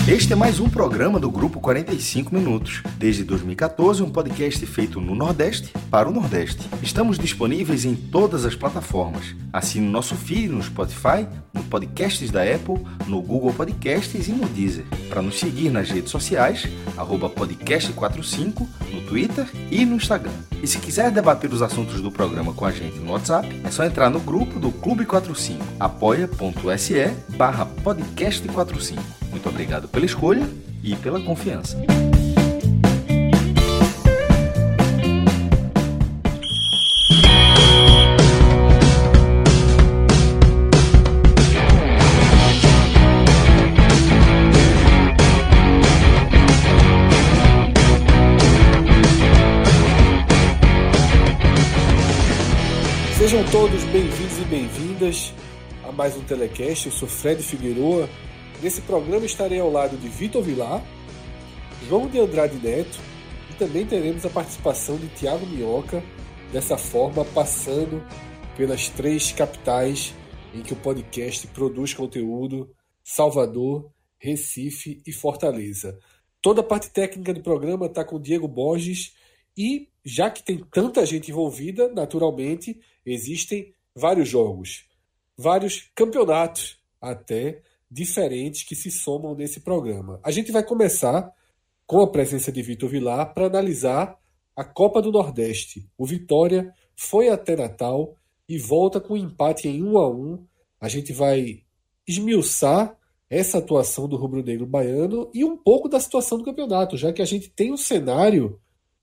Este é mais um programa do Grupo 45 Minutos. Desde 2014, um podcast feito no Nordeste para o Nordeste. Estamos disponíveis em todas as plataformas. Assine o nosso feed no Spotify, no Podcasts da Apple, no Google Podcasts e no Deezer. Para nos seguir nas redes sociais, @podcast45, no Twitter e no Instagram. E se quiser debater os assuntos do programa com a gente no WhatsApp, é só entrar no grupo do Clube 45, apoia.se/podcast45. Muito obrigado pela escolha e pela confiança. Sejam todos bem-vindos e bem-vindas a mais um Telecast. Eu sou Fred Figueroa. Nesse programa estarei ao lado de Vitor Vilar, João de Andrade Neto e também teremos a participação de Thiago Minhoca, dessa forma passando pelas 3 capitais em que o podcast produz conteúdo: Salvador, Recife e Fortaleza. Toda a parte técnica do programa está com o Diego Borges e, já que tem tanta gente envolvida, naturalmente existem vários jogos, vários campeonatos até diferentes que se somam nesse programa. A gente vai começar com a presença de Vitor Vilar para analisar a Copa do Nordeste. O Vitória foi até Natal e volta com um empate em 1-1. A gente vai esmiuçar essa atuação do rubro-negro baiano e um pouco da situação do campeonato, já que a gente tem um cenário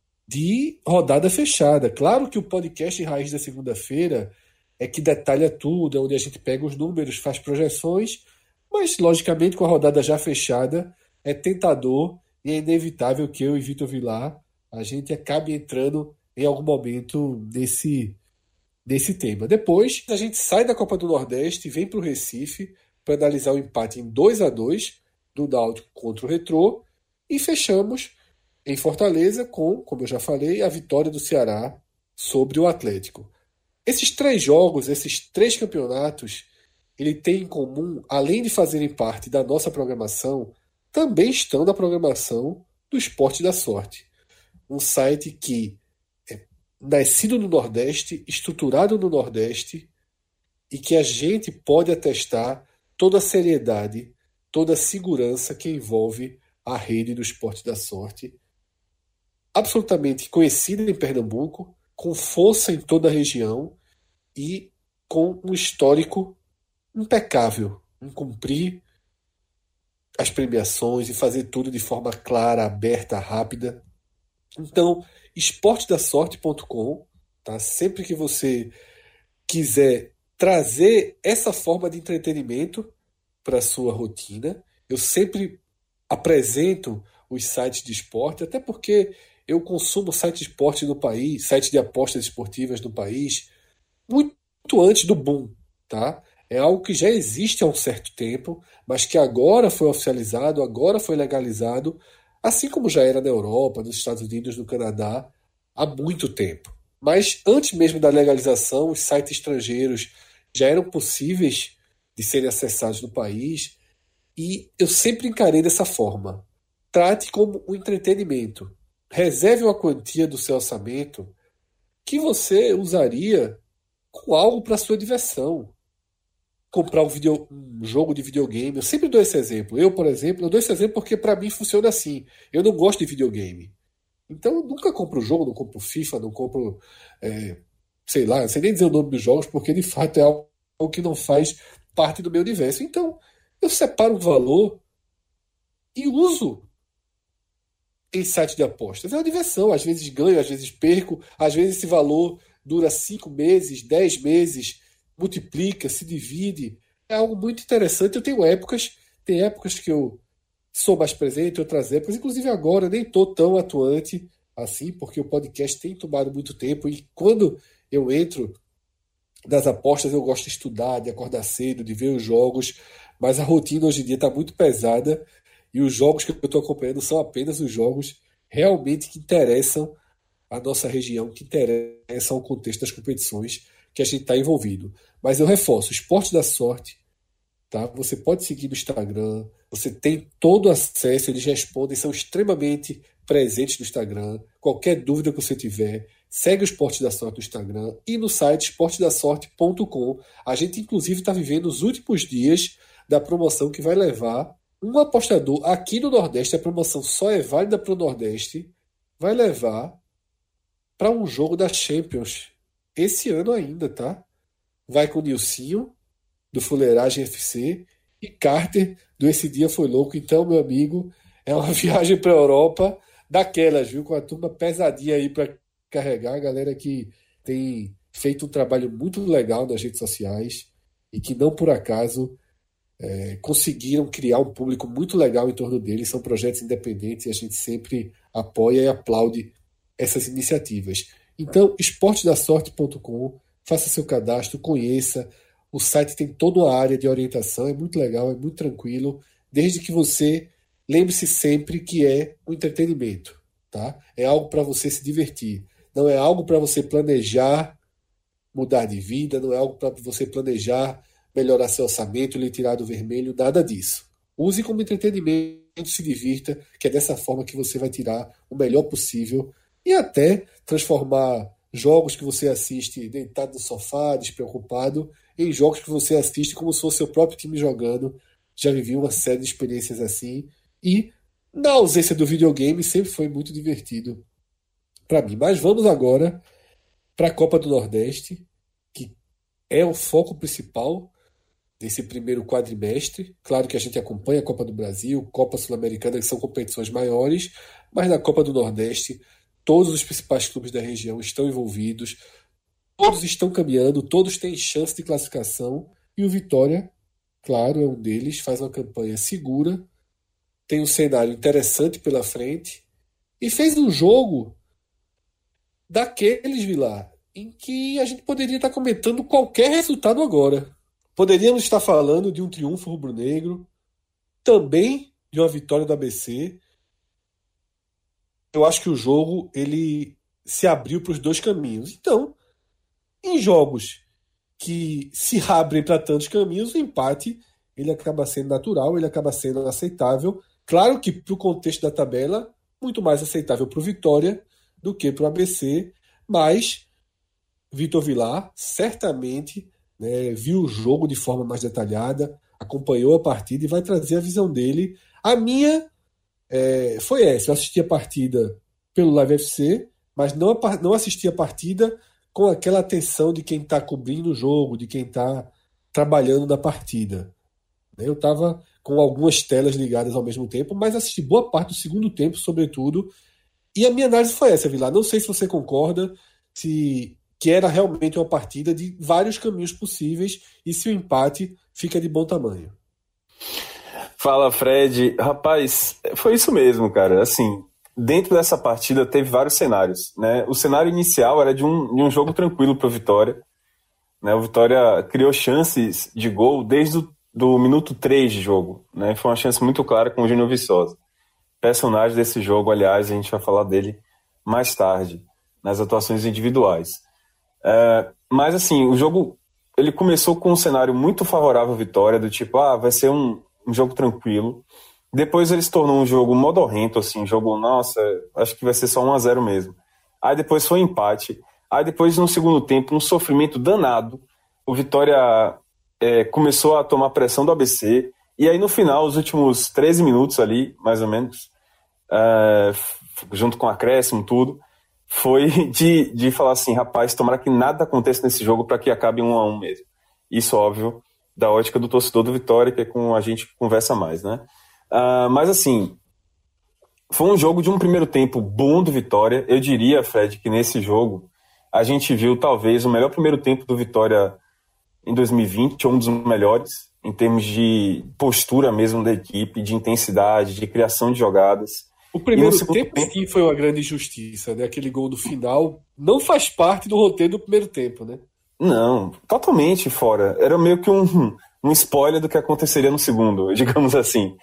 de rodada fechada. Claro que o podcast Raiz da segunda-feira é que detalha tudo, é onde a gente pega os números, faz projeções, mas, logicamente, com a rodada já fechada, é tentador e é inevitável que eu e Vitor Vilar a gente acabe entrando em algum momento nesse tema. Depois, a gente sai da Copa do Nordeste e vem para o Recife para analisar o empate em 2-2 do Náutico contra o Retrô e fechamos em Fortaleza com, como eu já falei, a vitória do Ceará sobre o Atlético. Esses 3 jogos, esses 3 campeonatos, ele tem em comum, além de fazerem parte da nossa programação, também estão na programação do Esporte da Sorte. Um site que é nascido no Nordeste, estruturado no Nordeste, e que a gente pode atestar toda a seriedade, toda a segurança que envolve a rede do Esporte da Sorte, absolutamente conhecida em Pernambuco, com força em toda a região e com um histórico impecável em cumprir as premiações e fazer tudo de forma clara, aberta, rápida. Então, esportedasorte.com, tá? Sempre que você quiser trazer essa forma de entretenimento para a sua rotina, eu sempre apresento os sites de esporte, até porque eu consumo sites de esporte no país, sites de apostas esportivas no país, muito antes do boom, tá? É algo que já existe há um certo tempo, mas que agora foi oficializado, agora foi legalizado, assim como já era na Europa, nos Estados Unidos, no Canadá, há muito tempo. Mas antes mesmo da legalização, os sites estrangeiros já eram possíveis de serem acessados no país, e eu sempre encarei dessa forma. Trate como um entretenimento. Reserve uma quantia do seu orçamento que você usaria com algo para sua diversão. Comprar um jogo de videogame. Eu sempre dou esse exemplo. Eu dou esse exemplo porque para mim funciona assim. Eu não gosto de videogame. Então eu nunca compro jogo, não compro FIFA, não compro, sei lá, não sei nem dizer o nome dos jogos, porque de fato é algo que não faz parte do meu universo. Então eu separo um valor e uso em site de apostas. É uma diversão. Às vezes ganho, às vezes perco. Às vezes esse valor dura 5 meses, 10 meses, multiplica, se divide. É algo muito interessante. Eu tenho épocas que eu sou mais presente, outras épocas, inclusive agora, nem estou tão atuante assim, porque o podcast tem tomado muito tempo e quando eu entro nas apostas eu gosto de estudar, de acordar cedo, de ver os jogos, mas a rotina hoje em dia está muito pesada e os jogos que eu estou acompanhando são apenas os jogos realmente que interessam a nossa região, que interessam ao contexto das competições que a gente está envolvido. Mas eu reforço, o Esporte da Sorte tá? Você pode seguir no Instagram, você tem todo acesso, eles respondem, são extremamente presentes no Instagram. Qualquer dúvida que você tiver, segue o Esporte da Sorte no Instagram e no site esportedasorte.com. A gente, inclusive, está vivendo os últimos dias da promoção que vai levar um apostador aqui no Nordeste. A promoção só é válida para o Nordeste. Vai levar para um jogo da Champions esse ano ainda, tá? Vai com o Nilcinho, do Fuleiragem FC, e Carter, do Esse Dia Foi Louco. Então, meu amigo, é uma viagem para a Europa daquelas, viu? Com a turma pesadinha aí para carregar. A galera que tem feito um trabalho muito legal nas redes sociais e que não por acaso conseguiram criar um público muito legal em torno deles. São projetos independentes e a gente sempre apoia e aplaude essas iniciativas. Então, esportedasorte.com, faça seu cadastro, conheça. O site tem toda uma área de orientação, é muito legal, é muito tranquilo, desde que você lembre-se sempre que é um entretenimento, tá? É algo para você se divertir, não é algo para você planejar mudar de vida, não é algo para você planejar melhorar seu orçamento, lhe tirar do vermelho, nada disso. Use como entretenimento, se divirta, que é dessa forma que você vai tirar o melhor possível e até transformar jogos que você assiste deitado no sofá, despreocupado, em jogos que você assiste como se fosse seu próprio time jogando. Já vivi uma série de experiências assim e, na ausência do videogame, sempre foi muito divertido para mim. Mas vamos agora para a Copa do Nordeste, que é o foco principal desse primeiro quadrimestre. Claro que a gente acompanha a Copa do Brasil, Copa Sul-Americana, que são competições maiores, mas na Copa do Nordeste todos os principais clubes da região estão envolvidos, todos estão caminhando, todos têm chance de classificação, e o Vitória, claro, é um deles, faz uma campanha segura, tem um cenário interessante pela frente, e fez um jogo daqueles, Vilar, em que a gente poderia estar comentando qualquer resultado agora. Poderíamos estar falando de um triunfo rubro-negro, também de uma vitória do ABC. Eu acho que o jogo ele se abriu para os dois caminhos. Então, em jogos que se abrem para tantos caminhos, o empate ele acaba sendo natural, ele acaba sendo aceitável. Claro que para o contexto da tabela, muito mais aceitável para o Vitória do que para o ABC, mas Vitor Vilar certamente, né, viu o jogo de forma mais detalhada, acompanhou a partida e vai trazer a visão dele. A minha foi essa. Eu assisti a partida pelo Live FC, mas não assisti a partida com aquela atenção de quem está cobrindo o jogo, de quem está trabalhando na partida. Eu estava com algumas telas ligadas ao mesmo tempo, mas assisti boa parte do segundo tempo, sobretudo. E a minha análise foi essa, Vilar. Não sei se você concorda, que era realmente uma partida de vários caminhos possíveis e se o empate fica de bom tamanho. Fala, Fred. Rapaz, foi isso mesmo, cara. Assim, dentro dessa partida teve vários cenários, né? O cenário inicial era de um jogo tranquilo para o Vitória, né? O Vitória criou chances de gol desde do minuto 3 de jogo, né? Foi uma chance muito clara com o Júnior Viçosa. Personagem desse jogo, aliás, a gente vai falar dele mais tarde, nas atuações individuais. Mas assim, o jogo ele começou com um cenário muito favorável à Vitória, do tipo, vai ser um jogo tranquilo. Depois ele se tornou um jogo modorrento, assim, um jogo, nossa, acho que vai ser só 1-0 mesmo. Aí depois foi empate. Aí depois, no segundo tempo, um sofrimento danado. O Vitória começou a tomar pressão do ABC. E aí no final, os últimos 13 minutos ali, mais ou menos, junto com o acréscimo, tudo, foi de falar assim, rapaz, tomara que nada aconteça nesse jogo para que acabe 1-1 mesmo. Isso, óbvio, da ótica do torcedor do Vitória, que é com a gente que conversa mais, né? Mas assim, foi um jogo de um primeiro tempo bom do Vitória. Eu diria, Fred, que nesse jogo a gente viu talvez o melhor primeiro tempo do Vitória em 2020, um dos melhores, em termos de postura mesmo da equipe, de intensidade, de criação de jogadas. O primeiro tempo sim foi uma grande injustiça, né? Aquele gol do final não faz parte do roteiro do primeiro tempo, né? Não, totalmente fora. Era meio que um spoiler do que aconteceria no segundo, digamos assim.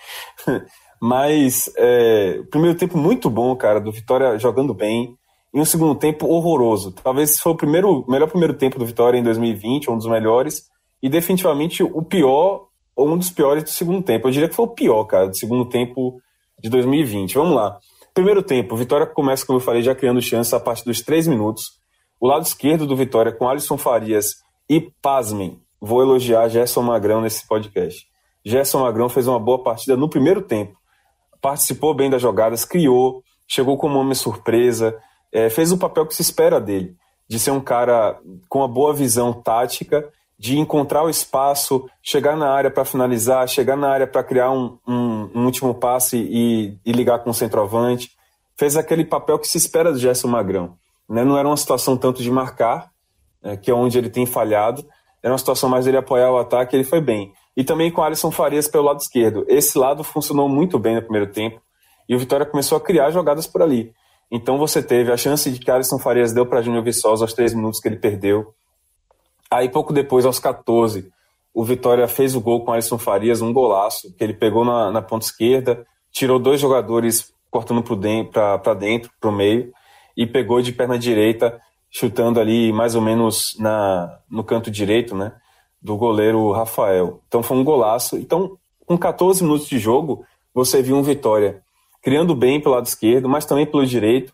Mas o primeiro tempo muito bom, cara, do Vitória jogando bem, e um segundo tempo horroroso. Talvez foi o melhor primeiro tempo do Vitória em 2020, um dos melhores, e definitivamente o pior um dos piores do segundo tempo. Eu diria que foi o pior, cara, do segundo tempo de 2020. Vamos lá. Primeiro tempo, Vitória começa, como eu falei, já criando chance a partir dos 3 minutos. O lado esquerdo do Vitória com Alisson Farias e, pasmem, vou elogiar Gerson Magrão nesse podcast. Gerson Magrão fez uma boa partida no primeiro tempo. Participou bem das jogadas, criou, chegou como homem surpresa, fez o papel que se espera dele, de ser um cara com uma boa visão tática, de encontrar o espaço, chegar na área para finalizar, chegar na área para criar um último passe e ligar com o centroavante. Fez aquele papel que se espera do Gerson Magrão. Né? Não era uma situação tanto de marcar, que é onde ele tem falhado, era uma situação mais dele apoiar o ataque, ele foi bem. E também com Alisson Farias pelo lado esquerdo. Esse lado funcionou muito bem no primeiro tempo e o Vitória começou a criar jogadas por ali. Então você teve a chance de que Alisson Farias deu para Júnior Viçosa aos 3 minutos que ele perdeu. Aí pouco depois, aos 14, o Vitória fez o gol com Alisson Farias, um golaço, que ele pegou na ponta esquerda, tirou 2 jogadores cortando para dentro, para o meio, e pegou de perna direita, chutando ali mais ou menos no canto direito, né, do goleiro Rafael. Então foi um golaço. Então, com 14 minutos de jogo, você viu um Vitória criando bem pelo lado esquerdo, mas também pelo direito.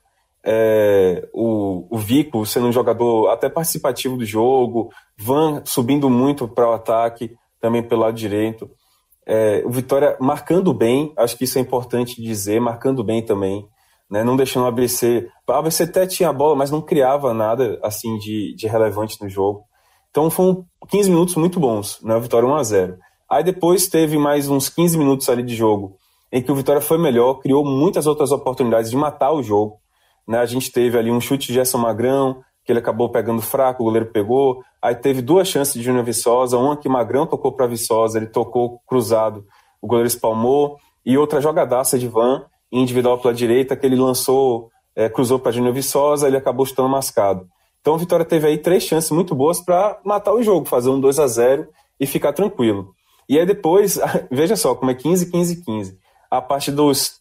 O Vico sendo um jogador até participativo do jogo, Van subindo muito para o ataque, também pelo lado direito. O Vitória marcando bem, acho que isso é importante dizer, marcando bem também, né? Não deixando o ABC... O ABC até tinha a bola, mas não criava nada assim de relevante no jogo. Então foram 15 minutos muito bons, né? O Vitória 1-0. Aí depois teve mais uns 15 minutos ali de jogo, em que o Vitória foi melhor, criou muitas outras oportunidades de matar o jogo. Né, a gente teve ali um chute de Gerson Magrão, que ele acabou pegando fraco, o goleiro pegou. Aí teve 2 chances de Júnior Viçosa, uma que Magrão tocou para Viçosa, ele tocou cruzado, o goleiro espalmou, e outra jogadaça de Van, individual pela direita, que ele lançou, cruzou para Júnior Viçosa, ele acabou chutando mascado. Então o Vitória teve aí 3 chances muito boas para matar o jogo, fazer um 2-0 e ficar tranquilo. E aí depois, veja só como é 15, 15, 15. A partir dos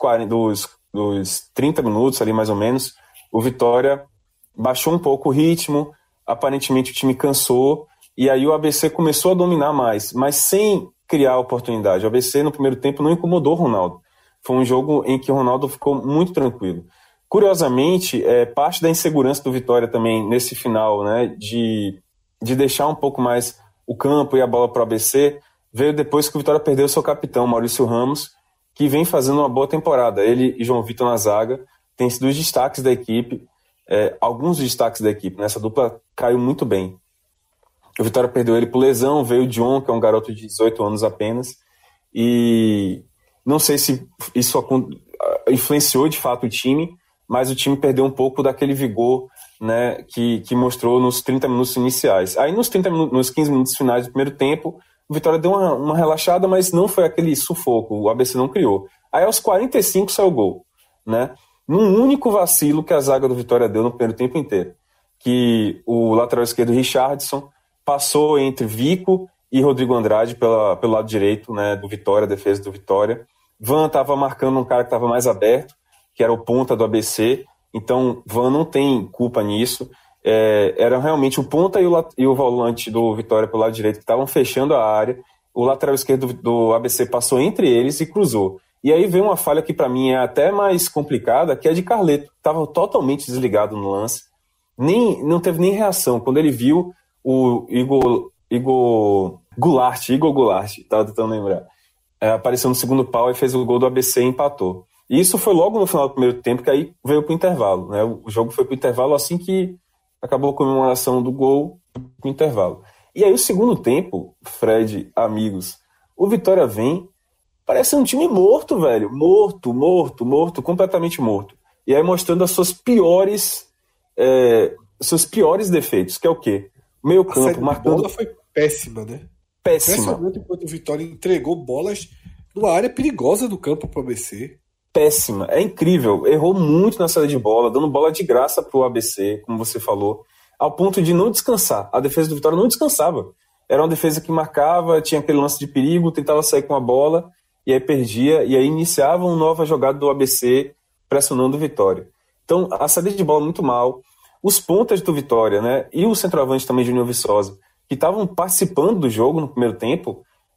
30 minutos ali mais ou menos, o Vitória baixou um pouco o ritmo, aparentemente o time cansou, e aí o ABC começou a dominar mais, mas sem criar oportunidade. O ABC no primeiro tempo não incomodou o Ronaldo. Foi um jogo em que o Ronaldo ficou muito tranquilo. Curiosamente, parte da insegurança do Vitória também nesse final, né, de deixar um pouco mais o campo e a bola para o ABC, veio depois que o Vitória perdeu seu capitão, Maurício Ramos, que vem fazendo uma boa temporada. Ele e João Vitor na zaga têm sido os destaques da equipe, alguns destaques da equipe. Essa dupla caiu muito bem. O Vitória perdeu ele por lesão, veio o John, que é um garoto de 18 anos apenas, e não sei se isso influenciou de fato o time, mas o time perdeu um pouco daquele vigor, né, que mostrou nos 30 minutos iniciais. Aí nos 15 minutos finais do primeiro tempo, o Vitória deu uma relaxada, mas não foi aquele sufoco, o ABC não criou. Aí aos 45 saiu o gol, né? Num único vacilo que a zaga do Vitória deu no primeiro tempo inteiro, que o lateral esquerdo Richardson passou entre Vico e Rodrigo Andrade pelo lado direito, né, do Vitória, defesa do Vitória. Van estava marcando um cara que estava mais aberto, que era o ponta do ABC, então Van não tem culpa nisso. Era realmente o ponta e o volante do Vitória pelo lado direito que estavam fechando a área. O lateral esquerdo do ABC passou entre eles e cruzou. E aí veio uma falha que para mim é até mais complicada, que é de Carleto. Estava totalmente desligado no lance. Não teve nem reação. Quando ele viu o Igor Goulart, estava tentando lembrar, apareceu no segundo pau e fez o gol do ABC e empatou. E isso foi logo no final do primeiro tempo, que aí veio para o intervalo. Né? O jogo foi para o intervalo assim que acabou a comemoração do gol no intervalo. E aí o segundo tempo, Fred, amigos, o Vitória vem, parece um time morto, velho. Morto, completamente morto. E aí mostrando as seus piores defeitos, que é o quê? Meio campo, marcando... A bola foi péssima, né? Péssima. Impressionante enquanto o Vitória entregou bolas numa área perigosa do campo para o ABC. Péssima, é incrível, errou muito na saída de bola, dando bola de graça pro ABC, como você falou, ao ponto de não descansar. A defesa do Vitória não descansava. Era uma defesa que marcava, tinha aquele lance de perigo, tentava sair com a bola, e aí perdia, e aí iniciava uma nova jogada do ABC pressionando o Vitória. Então, a saída de bola muito mal. Os pontas do Vitória, né, e o centroavante também, Júnior Viçosa, que estavam participando do jogo no primeiro tempo,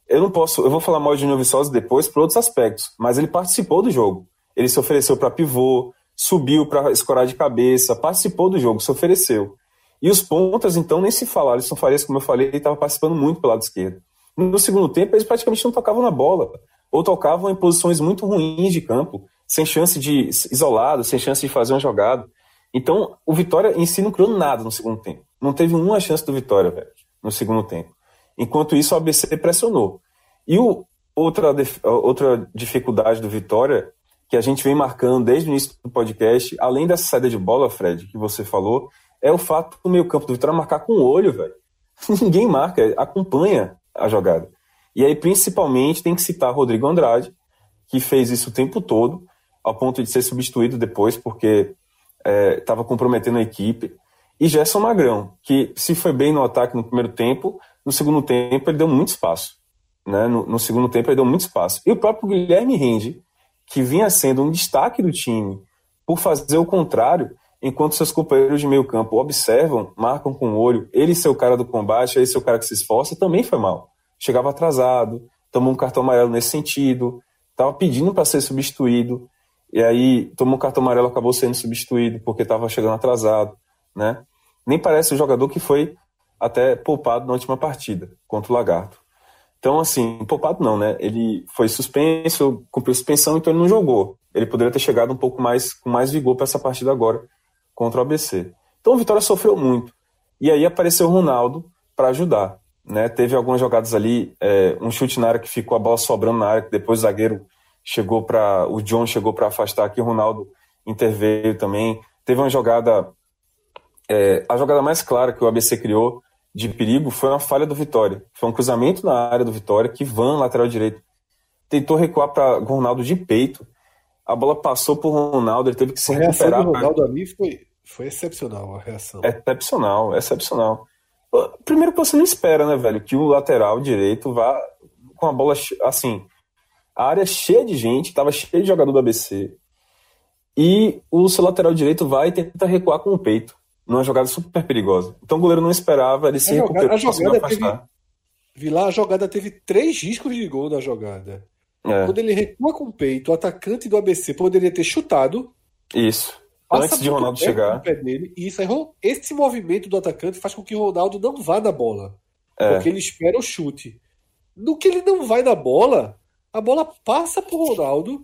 eu vou falar mal de Júnior Viçosa depois por outros aspectos, mas ele participou do jogo. Ele se ofereceu para pivô, subiu para escorar de cabeça, participou do jogo, se ofereceu. E os pontas, então, nem se fala. Alisson Farias, como eu falei, ele estava participando muito pelo lado esquerdo. No segundo tempo, eles praticamente não tocavam na bola, ou tocavam em posições muito ruins de campo, sem chance de isolado, sem chance de fazer uma jogada. Então, o Vitória em si não criou nada no segundo tempo. Não teve uma chance do Vitória, velho, no segundo tempo. Enquanto isso, o ABC pressionou. E outra dificuldade do Vitória, que a gente vem marcando desde o início do podcast, além dessa saída de bola, Fred, que você falou, é o fato do meio-campo do Vitória marcar com o olho, velho. Ninguém marca, acompanha a jogada. E aí, principalmente, tem que citar Rodrigo Andrade, que fez isso o tempo todo, ao ponto de ser substituído depois, porque estava comprometendo a equipe. E Gerson Magrão, que se foi bem no ataque no primeiro tempo, no segundo tempo ele deu muito espaço. Né? No segundo tempo ele deu muito espaço. E o próprio Guilherme Rende, que vinha sendo um destaque do time, por fazer o contrário, enquanto seus companheiros de meio campo observam, marcam com o olho, ele ser o cara do combate, ele ser o cara que se esforça, também foi mal. Chegava atrasado, tomou um cartão amarelo nesse sentido, estava pedindo para ser substituído, e aí tomou um cartão amarelo, acabou sendo substituído porque estava chegando atrasado, né? Nem parece o jogador que foi até poupado na última partida contra o Lagarto. Então, assim, poupado não, né? Ele foi suspenso, cumpriu suspensão, então ele não jogou. Ele poderia ter chegado um pouco com mais vigor para essa partida agora contra o ABC. Então o Vitória sofreu muito. E aí apareceu o Ronaldo para ajudar, né? Teve algumas jogadas ali, um chute na área que ficou a bola sobrando na área, que depois o zagueiro o John chegou para afastar, aqui o Ronaldo interveio também. Teve uma jogada, a jogada mais clara que o ABC criou de perigo foi uma falha do Vitória. Foi um cruzamento na área do Vitória, que Van, lateral direito, tentou recuar para o Ronaldo de peito. A bola passou por Ronaldo, ele teve que se recuperar. A reação do Ronaldo ali foi excepcional, a reação. Excepcional. Primeiro que você não espera, né, velho, que o lateral direito vá com a bola, assim, a área cheia de gente, tava cheio de jogador do ABC, e o seu lateral direito vai e tenta recuar com o peito, numa jogada super perigosa. Então o goleiro não esperava, ele se recuperou. A jogada teve 3 riscos de gol na jogada. Quando ele recua com o peito, o atacante do ABC poderia ter chutado. Isso. Antes de Ronaldo chegar. Pé dele, e isso, esse movimento do atacante faz com que o Ronaldo não vá na bola. Porque ele espera o chute. No que ele não vai na bola, a bola passa pro Ronaldo,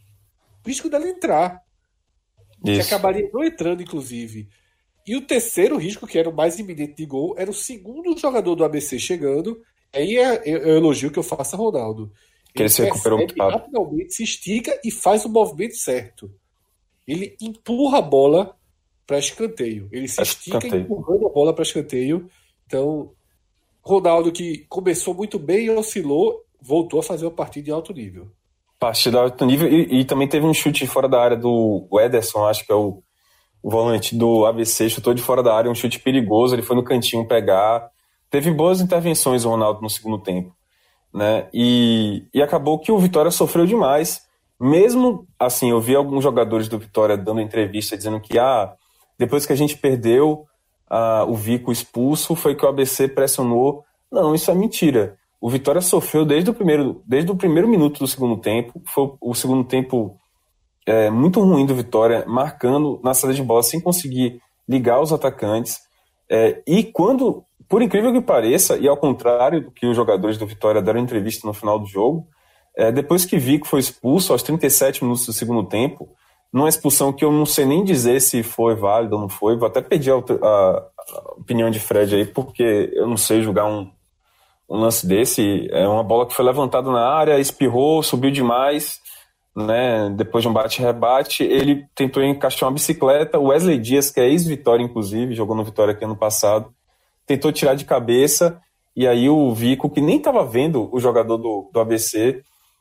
o risco dela entrar. Isso. Que acabaria não entrando, inclusive. E o terceiro risco, que era o mais iminente de gol, era o segundo jogador do ABC chegando. Aí é o elogio que eu faço a Ronaldo. Ele se recuperou muito rápido. Rapidamente se estica e faz o movimento certo. Ele empurra a bola para escanteio. Ele se estica empurrando a bola para escanteio. Então, Ronaldo, que começou muito bem e oscilou, voltou a fazer uma partida de alto nível. Partida de alto nível e também teve um chute fora da área do Ederson, acho que é o volante do ABC, chutou de fora da área, um chute perigoso, ele foi no cantinho pegar. Teve boas intervenções o Ronaldo no segundo tempo, né? E acabou que o Vitória sofreu demais. Mesmo assim, eu vi alguns jogadores do Vitória dando entrevista dizendo que depois que a gente perdeu o Vico expulso, foi que o ABC pressionou. Não, isso é mentira. O Vitória sofreu desde o primeiro minuto do segundo tempo. Foi o segundo tempo muito ruim do Vitória, marcando na saída de bola sem conseguir ligar os atacantes. E quando, por incrível que pareça, e ao contrário do que os jogadores do Vitória deram entrevista no final do jogo, depois que Vico foi expulso aos 37 minutos do segundo tempo, numa expulsão que eu não sei nem dizer se foi válida ou não foi, vou até pedir a opinião de Fred aí, porque eu não sei julgar um lance desse. É uma bola que foi levantada na área, espirrou, subiu demais, né? Depois de um bate-rebate, ele tentou encaixar uma bicicleta. O Wesley Dias, que é ex-Vitória, inclusive, jogou no Vitória aqui ano passado, tentou tirar de cabeça, e aí o Vico, que nem estava vendo o jogador do ABC,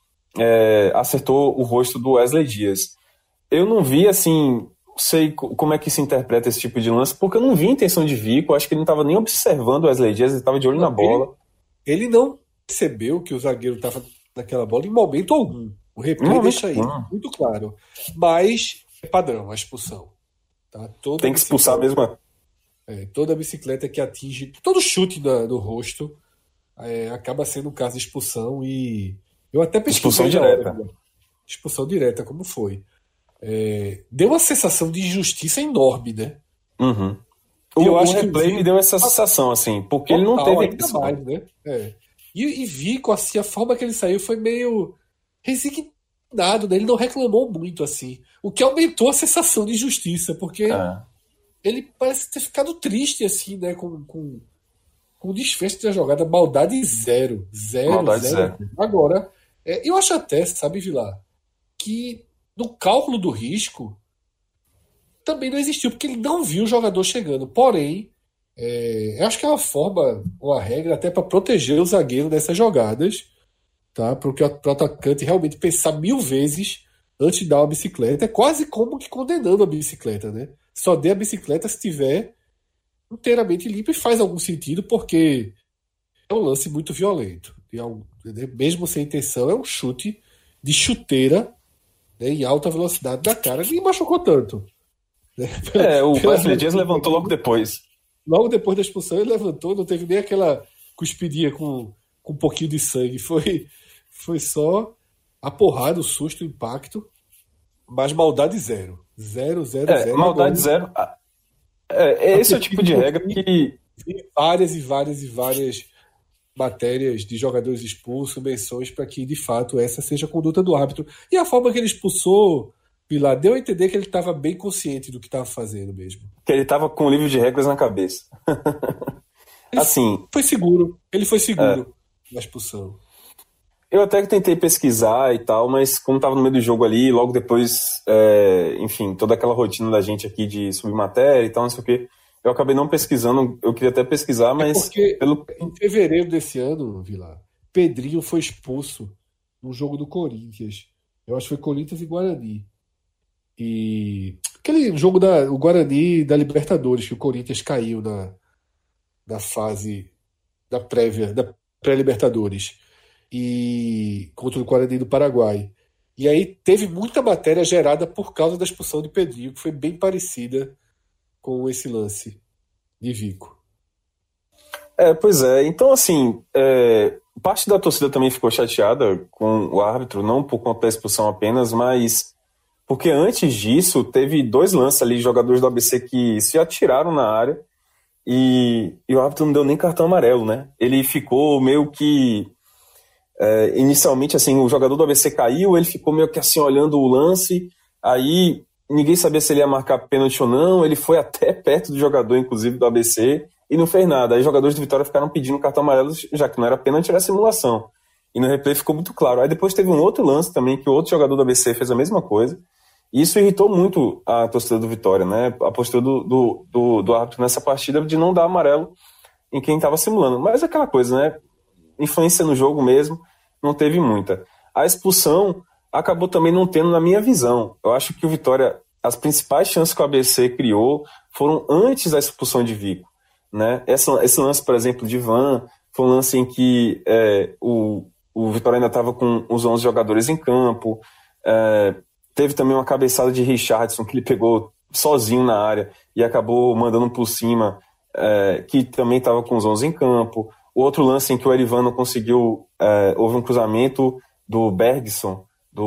acertou o rosto do Wesley Dias. Eu não vi, assim, sei como é que se interpreta esse tipo de lance, porque eu não vi a intenção de Vico, acho que ele não estava nem observando o Wesley Dias, ele estava de olho na bola. Ele não percebeu que o zagueiro estava naquela bola em momento algum. O replay deixa aí muito claro. Mas é padrão a expulsão. Tá? Tem que expulsar mesmo. Toda bicicleta que atinge, todo chute no rosto acaba sendo um caso de expulsão e eu até pesquisei Expulsão direta. Expulsão direta, como foi. Deu uma sensação de injustiça enorme, né? Uhum. Eu O acho que replay me deu essa sensação, assim, porque ele não total, teve ainda isso. mais, né? E Vico, assim, a forma que ele saiu foi meio resignado, né? Ele não reclamou muito, assim. O que aumentou a sensação de injustiça, porque ele parece ter ficado triste, assim, né? Com o desfecho da jogada. Maldade zero. Maldade zero. Agora, eu acho até, sabe, Vilar, que no cálculo do risco também não existiu, porque ele não viu o jogador chegando. Porém, eu acho que é uma forma, uma regra até para proteger o zagueiro nessas jogadas, tá? Para o atacante realmente pensar 1000 vezes antes de dar uma bicicleta. É quase como que condenando a bicicleta, né? Só dê a bicicleta se tiver inteiramente limpo, e faz algum sentido, porque é um lance muito violento. Mesmo sem intenção, é um chute de chuteira, né, em alta velocidade da cara. Nem machucou tanto. Né? O Wesley Dias levantou logo depois. Logo depois da expulsão ele levantou, não teve nem aquela cuspidinha com um pouquinho de sangue. Foi só a porrada, o susto, o impacto, mas maldade zero. Zero. Maldade zero. Esse é o tipo de regra que... Várias e várias matérias de jogadores expulsos, menções para que, de fato, essa seja a conduta do árbitro. E a forma que ele expulsou, Pilar, deu a entender que ele estava bem consciente do que estava fazendo mesmo. Que ele estava com o livro de regras na cabeça. Ele foi seguro na expulsão. Eu até que tentei pesquisar e tal, mas como estava no meio do jogo ali, logo depois, enfim, toda aquela rotina da gente aqui de subir matéria e tal, não sei o quê, eu acabei não pesquisando. Eu queria até pesquisar, mas... Porque em fevereiro desse ano, Vilar, Pedrinho foi expulso no jogo do Corinthians. Eu acho que foi Corinthians e Guarani. E aquele jogo o Guarani da Libertadores, que o Corinthians caiu na fase da pré-Libertadores, e contra o Guarani do Paraguai. E aí teve muita matéria gerada por causa da expulsão de Pedrinho, que foi bem parecida com esse lance de Vico. Pois é. Então, assim, parte da torcida também ficou chateada com o árbitro, não por conta da expulsão apenas, mas porque antes disso teve 2 lances ali de jogadores do ABC que se atiraram na área e o árbitro não deu nem cartão amarelo, né? Ele ficou meio que... inicialmente, assim, o jogador do ABC caiu, ele ficou meio que assim olhando o lance, aí ninguém sabia se ele ia marcar pênalti ou não, ele foi até perto do jogador, inclusive, do ABC, e não fez nada. Aí os jogadores do Vitória ficaram pedindo cartão amarelo, já que não era pênalti, era simulação. E no replay ficou muito claro. Aí depois teve um outro lance também, que o outro jogador do ABC fez a mesma coisa, e isso irritou muito a torcida do Vitória, né? A postura do árbitro nessa partida de não dar amarelo em quem estava simulando. Mas é aquela coisa, né? Influência no jogo mesmo, não teve muita. A expulsão acabou também não tendo, na minha visão. Eu acho que o Vitória, as principais chances que o ABC criou foram antes da expulsão de Vico, né? Esse lance, por exemplo, de Van, foi um lance em que o Vitória ainda estava com os 11 jogadores em campo. Teve também uma cabeçada de Richardson, que ele pegou sozinho na área e acabou mandando por cima, que também estava com os 11 em campo. O outro lance em que o Erivan não conseguiu, houve um cruzamento do Berguinho,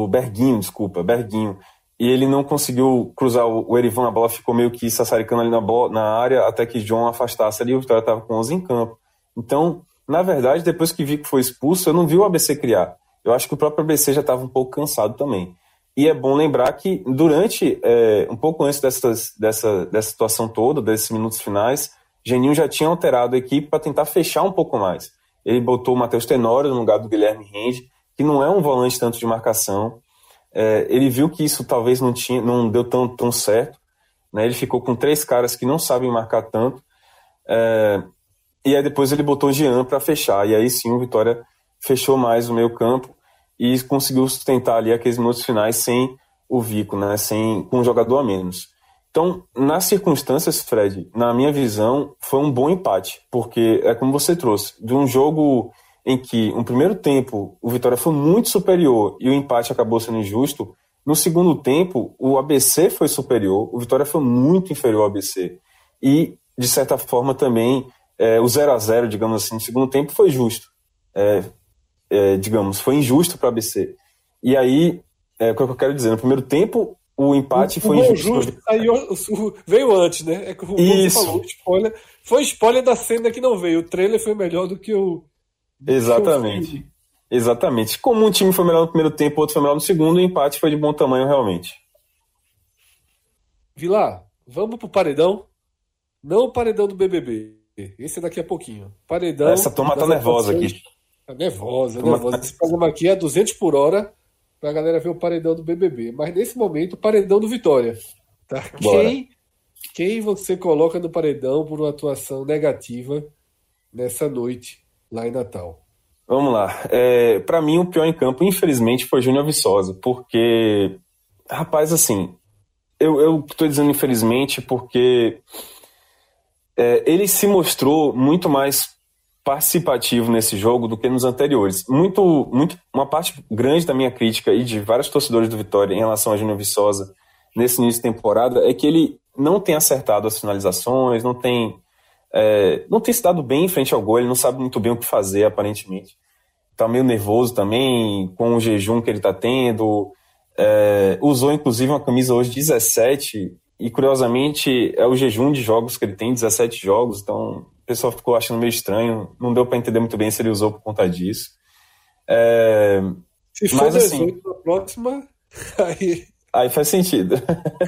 e ele não conseguiu cruzar o Erivan, a bola ficou meio que sassaricando ali na área, até que John afastasse ali, o Vitória estava com 11 em campo. Então, na verdade, depois que Vico foi expulso, eu não vi o ABC criar. Eu acho que o próprio ABC já estava um pouco cansado também. E é bom lembrar que durante, um pouco antes dessa situação toda, desses minutos finais, Geninho já tinha alterado a equipe para tentar fechar um pouco mais. Ele botou o Matheus Tenório no lugar do Guilherme Rende, que não é um volante tanto de marcação. Ele viu que isso talvez não deu tão certo, né? Ele ficou com 3 caras que não sabem marcar tanto. E aí depois ele botou o Jean para fechar. E aí sim o Vitória fechou mais o meio campo e conseguiu sustentar ali aqueles minutos finais sem o Vico, né? Com um jogador a menos. Então, nas circunstâncias, Fred, na minha visão, foi um bom empate, porque é como você trouxe, de um jogo em que, no primeiro tempo, o Vitória foi muito superior e o empate acabou sendo injusto, no segundo tempo, o ABC foi superior, o Vitória foi muito inferior ao ABC. E, de certa forma, também, o 0-0, digamos assim, no segundo tempo foi justo, digamos, foi injusto para o ABC. E aí, o que eu quero dizer, no primeiro tempo, o empate foi injusto. Veio antes, né? Como você falou, spoiler, foi spoiler da cena que não veio. O trailer foi melhor do que o... Exatamente. Exatamente. Como um time foi melhor no primeiro tempo, o outro foi melhor no segundo, o empate foi de bom tamanho, realmente. Vilar, vamos pro paredão? Não o paredão do BBB. Esse é daqui a pouquinho. Paredão... Essa turma tá nervosa aqui. Tá nervosa. Esse programa aqui é 200 por hora pra galera ver o paredão do BBB. Mas nesse momento, o paredão do Vitória. Tá? Quem você coloca no paredão por uma atuação negativa nessa noite lá em Natal? Vamos lá. Pra mim, o pior em campo, infelizmente, foi Júnior Viçosa. Porque, rapaz, assim, eu tô dizendo infelizmente porque ele se mostrou muito mais participativo nesse jogo do que nos anteriores. Uma parte grande da minha crítica e de vários torcedores do Vitória em relação a Júnior Viçosa nesse início de temporada é que ele não tem acertado as finalizações, não tem se dado bem em frente ao gol, ele não sabe muito bem o que fazer, aparentemente. Tá meio nervoso também, com o jejum que ele tá tendo. Usou, inclusive, uma camisa hoje 17, e, curiosamente, é o jejum de jogos que ele tem, 17 jogos, então o pessoal ficou achando meio estranho, não deu para entender muito bem se ele usou por conta disso. Se for 18 na próxima, aí faz sentido.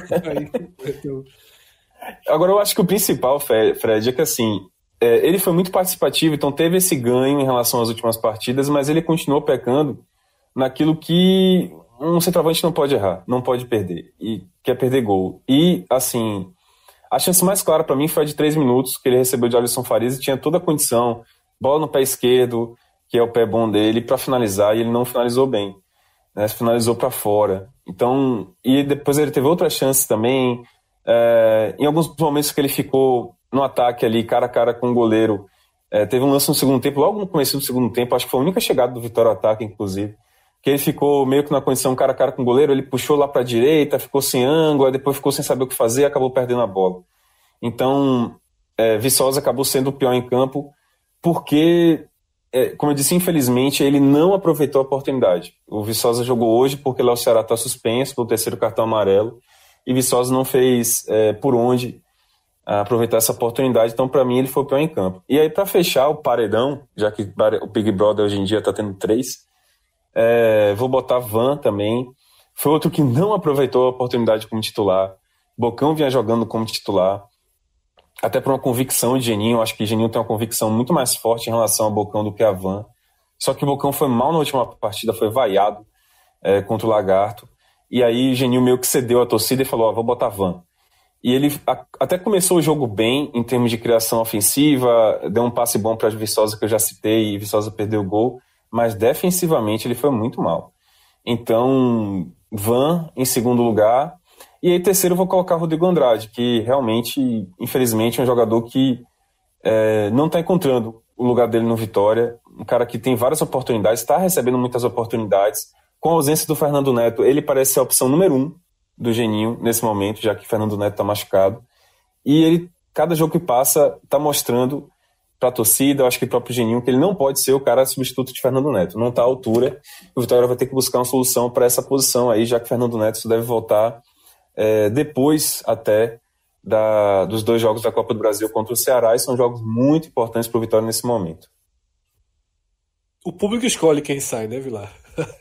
Agora, eu acho que o principal, Fred, é que assim, ele foi muito participativo, então teve esse ganho em relação às últimas partidas, mas ele continuou pecando naquilo que um centroavante não pode errar, não pode perder, e quer perder gol. E, assim, a chance mais clara para mim foi a de 3 minutos, que ele recebeu de Alisson Farias e tinha toda a condição, bola no pé esquerdo, que é o pé bom dele, para finalizar, e ele não finalizou bem, né? Finalizou para fora. Então, e depois ele teve outras chances também, em alguns momentos que ele ficou no ataque ali, cara a cara com o goleiro. Teve um lance no segundo tempo, logo no começo do segundo tempo, acho que foi a única chegada do Vitória ao ataque, inclusive, que ele ficou meio que na condição cara a cara com o goleiro, ele puxou lá para a direita, ficou sem ângulo, aí depois ficou sem saber o que fazer e acabou perdendo a bola. Então, Viçosa acabou sendo o pior em campo, porque, como eu disse, infelizmente, ele não aproveitou a oportunidade. O Viçosa jogou hoje porque lá o Ceará está suspenso pelo 3º cartão amarelo, e Viçosa não fez por onde aproveitar essa oportunidade, então para mim ele foi o pior em campo. E aí, para fechar o paredão, já que o Big Brother hoje em dia está tendo 3, vou botar Van também. Foi outro que não aproveitou a oportunidade como titular. Bocão vinha jogando como titular, até por uma convicção de Geninho. Acho que Geninho tem uma convicção muito mais forte em relação ao Bocão do que a Van. Só que o Bocão foi mal na última partida, foi vaiado contra o Lagarto. E aí Geninho meio que cedeu a torcida e falou: vou botar Van. E ele até começou o jogo bem em termos de criação ofensiva, deu um passe bom para Viçosa, que eu já citei, e Viçosa perdeu o gol, mas defensivamente ele foi muito mal. Então, Van em segundo lugar. E aí, terceiro, eu vou colocar Rodrigo Andrade, que realmente, infelizmente, é um jogador que não está encontrando o lugar dele no Vitória. Um cara que tem várias oportunidades, está recebendo muitas oportunidades. Com a ausência do Fernando Neto, ele parece ser a opção número 1 do Geninho nesse momento, já que Fernando Neto está machucado. E ele, cada jogo que passa, está mostrando para a torcida, eu acho que o próprio Geninho, que ele não pode ser o cara substituto de Fernando Neto. Não está à altura. O Vitória vai ter que buscar uma solução para essa posição aí, já que Fernando Neto deve voltar depois até dos 2 jogos da Copa do Brasil contra o Ceará, e são jogos muito importantes para o Vitória nesse momento. O público escolhe quem sai, né, Vilar?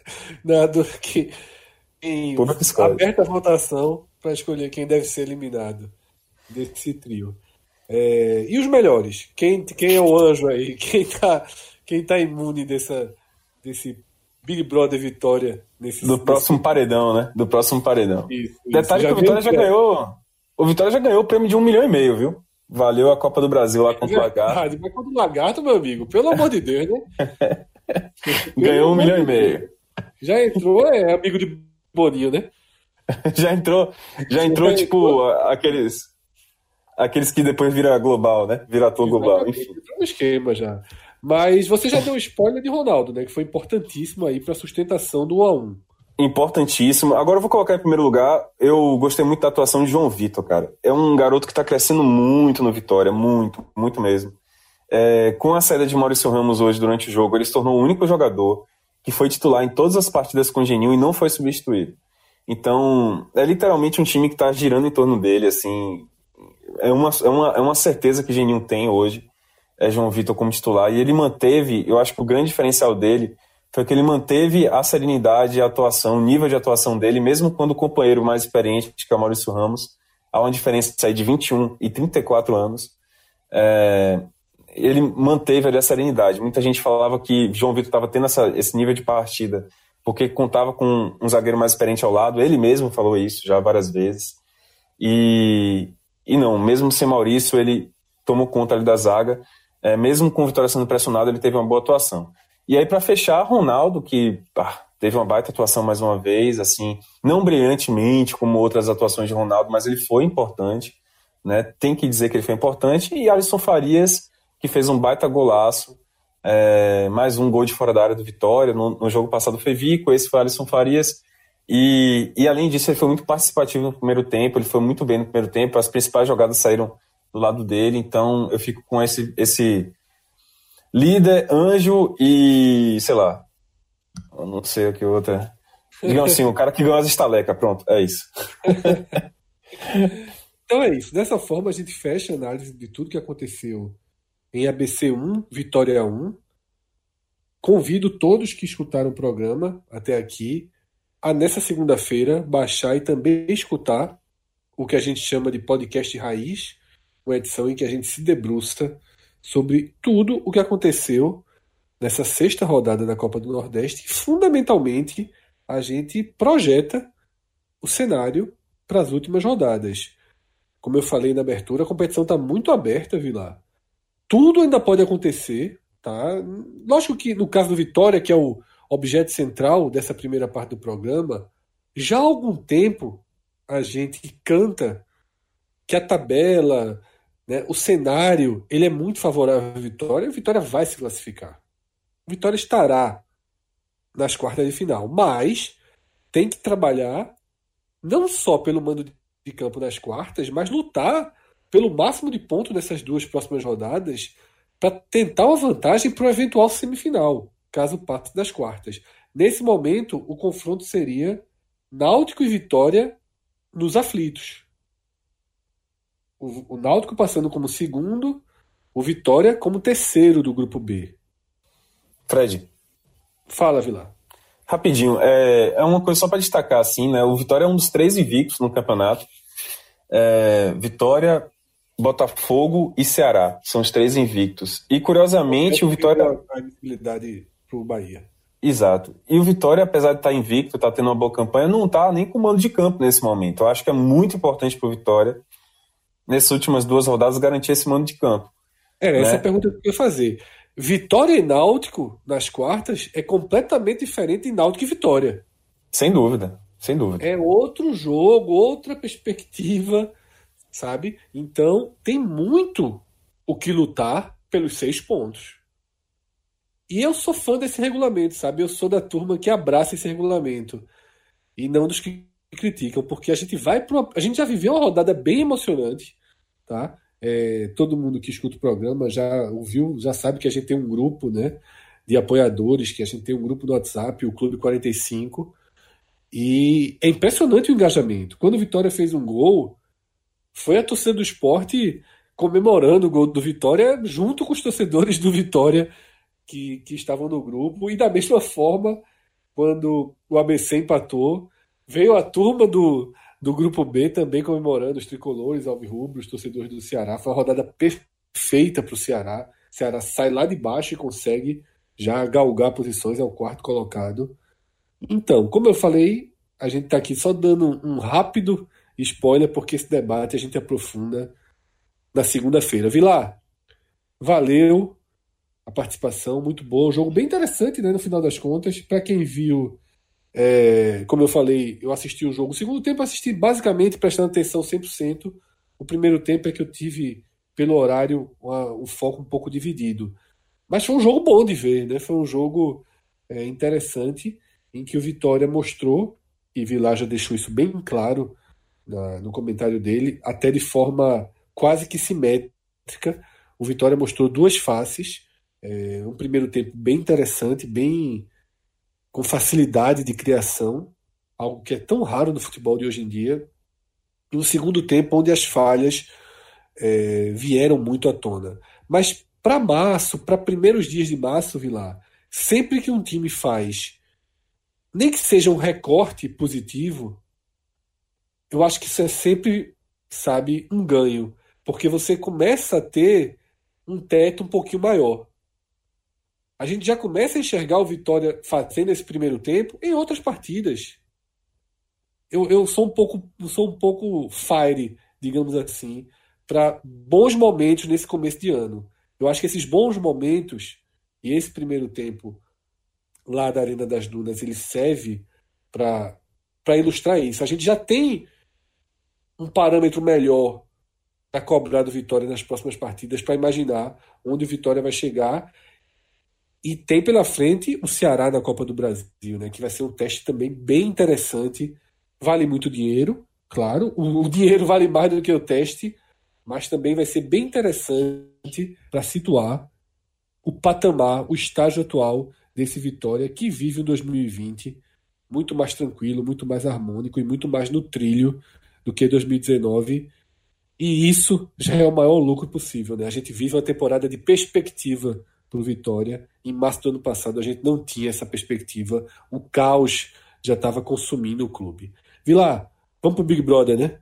Aberta a votação para escolher quem deve ser eliminado desse trio. E os melhores? Quem é o anjo aí? Quem tá imune desse Big Brother Vitória? Próximo paredão, né? Do próximo paredão. Isso. Detalhe que o Vitória já ganhou. O Vitória já ganhou o prêmio de 1,5 milhão, viu? Valeu a Copa do Brasil lá contra o Lagarto. Mas contra o Lagarto, meu amigo, pelo amor de Deus, né? Ganhou 1,5 milhão. Já entrou, amigo de Boninho, né? Já entrou tipo aqueles que depois vira global, né? Vira ator global, enfim. No esquema já. Mas você já deu um spoiler de Ronaldo, né? Que foi importantíssimo aí para a sustentação do 1-1. Importantíssimo. Agora eu vou colocar em primeiro lugar, eu gostei muito da atuação de João Vitor, cara. É um garoto que tá crescendo muito no Vitória, muito, muito mesmo. Com a saída de Maurício Ramos hoje durante o jogo, ele se tornou o único jogador que foi titular em todas as partidas com o Geninho e não foi substituído. Então, é literalmente um time que está girando em torno dele, assim, é uma certeza que o Geninho tem hoje, João Vitor como titular, e ele manteve, eu acho que o grande diferencial dele foi que ele manteve a serenidade, a atuação, o nível de atuação dele, mesmo quando o companheiro mais experiente, que é o Maurício Ramos, há uma diferença de sair de 21 e 34 anos, ele manteve ali a serenidade. Muita gente falava que João Vitor estava tendo esse nível de partida porque contava com um zagueiro mais experiente ao lado, ele mesmo falou isso já várias vezes, e não, mesmo sem Maurício, ele tomou conta ali da zaga, mesmo com o Vitória sendo pressionado, ele teve uma boa atuação. E aí, para fechar, Ronaldo, que teve uma baita atuação mais uma vez, assim, não brilhantemente como outras atuações de Ronaldo, mas ele foi importante, né? Tem que dizer que ele foi importante. E Alisson Farias, que fez um baita golaço, mais um gol de fora da área do Vitória. No jogo passado foi Vico, esse foi Alisson Farias. E além disso, ele foi muito participativo no primeiro tempo, ele foi muito bem no primeiro tempo, as principais jogadas saíram do lado dele, então eu fico com esse líder, anjo e, sei lá, eu não sei o que outra. Digamos assim, o cara que ganhou as estalecas, pronto, é isso. Então é isso, dessa forma a gente fecha a análise de tudo que aconteceu em ABC 1, Vitória 1. Convido todos que escutaram o programa até aqui a nessa segunda-feira baixar e também escutar o que a gente chama de podcast raiz, uma edição em que a gente se debruça sobre tudo o que aconteceu nessa sexta rodada da Copa do Nordeste e, fundamentalmente, a gente projeta o cenário para as últimas rodadas. Como eu falei na abertura, a competição está muito aberta, Vilar. Tudo ainda pode acontecer, tá? Lógico que no caso do Vitória, que é o objeto central dessa primeira parte do programa, já há algum tempo a gente canta que a tabela, né, o cenário, ele é muito favorável à Vitória, e a Vitória vai se classificar. A Vitória estará nas quartas de final, mas tem que trabalhar não só pelo mando de campo nas quartas, mas lutar pelo máximo de pontos nessas duas próximas rodadas para tentar uma vantagem para o eventual semifinal, caso passe das quartas. Nesse momento, o confronto seria Náutico e Vitória nos aflitos. O Náutico passando como segundo, o Vitória como terceiro do grupo B. Fred. Fala, Vilar. Rapidinho, é uma coisa só para destacar, assim, né? O Vitória é um dos 3 invictos no campeonato. Vitória, Botafogo e Ceará são os 3 invictos. E, curiosamente, o Vitória... A visibilidade pro Bahia. Exato. E o Vitória, apesar de estar invicto, estar tendo uma boa campanha, não está nem com mando de campo nesse momento. Eu acho que é muito importante para o Vitória, nessas últimas 2 rodadas, garantir esse mando de campo. Essa é a pergunta que eu ia fazer. Vitória e Náutico nas quartas é completamente diferente de Náutico e Vitória. Sem dúvida, sem dúvida. É outro jogo, outra perspectiva, sabe? Então tem muito o que lutar pelos 6 pontos. E eu sou fã desse regulamento, sabe? Eu sou da turma que abraça esse regulamento e não dos que criticam, porque a gente a gente já viveu uma rodada bem emocionante, tá? Todo mundo que escuta o programa já ouviu, já sabe que a gente tem um grupo, né, de apoiadores, que a gente tem um grupo no WhatsApp, o Clube 45, e é impressionante o engajamento. Quando o Vitória fez um gol, foi a torcida do Sport comemorando o gol do Vitória junto com os torcedores do Vitória que estavam no grupo, e da mesma forma, quando o ABC empatou, veio a turma do grupo B também comemorando, os tricolores, alvirrubros, os torcedores do Ceará. Foi uma rodada perfeita para o Ceará. O Ceará sai lá de baixo e consegue já galgar posições, é o 4º colocado. Então, como eu falei, a gente está aqui só dando um rápido spoiler, porque esse debate a gente aprofunda na segunda-feira. Vilar, valeu a participação, muito bom. Um jogo bem interessante, né, no final das contas. Para quem viu, como eu falei, eu assisti o jogo. O segundo tempo eu assisti basicamente prestando atenção 100%. O primeiro tempo é que eu tive, pelo horário, um foco um pouco dividido. Mas foi um jogo bom de ver, né? Foi um jogo interessante, em que o Vitória mostrou, e Vilar já deixou isso bem claro no comentário dele, até de forma quase que simétrica, O Vitória mostrou duas faces. Um primeiro tempo bem interessante, bem com facilidade de criação, algo que é tão raro no futebol de hoje em dia. E um segundo tempo onde as falhas vieram muito à tona. Mas para março, para primeiros dias de março, Vilar, sempre que um time faz, nem que seja um recorte positivo, eu acho que isso é sempre, sabe, um ganho. Porque você começa a ter um teto um pouquinho maior. A gente já começa a enxergar o Vitória fazendo esse primeiro tempo em outras partidas. Eu sou um pouco fire, digamos assim, para bons momentos nesse começo de ano. Eu acho que esses bons momentos e esse primeiro tempo lá da Arena das Dunas, ele serve para ilustrar isso. A gente já tem um parâmetro melhor para cobrar do Vitória nas próximas partidas, para imaginar onde o Vitória vai chegar. E tem pela frente o Ceará na Copa do Brasil, né, que vai ser um teste também bem interessante. Vale muito dinheiro, claro. O dinheiro vale mais do que o teste, mas também vai ser bem interessante para situar o patamar, o estágio atual desse Vitória que vive o 2020 muito mais tranquilo, muito mais harmônico e muito mais no trilho do que 2019. E isso já é o maior lucro possível, né? A gente vive uma temporada de perspectiva para o Vitória. Em março do ano passado a gente não tinha essa perspectiva. O caos já estava consumindo o clube. Vilar, vamos pro Big Brother, né?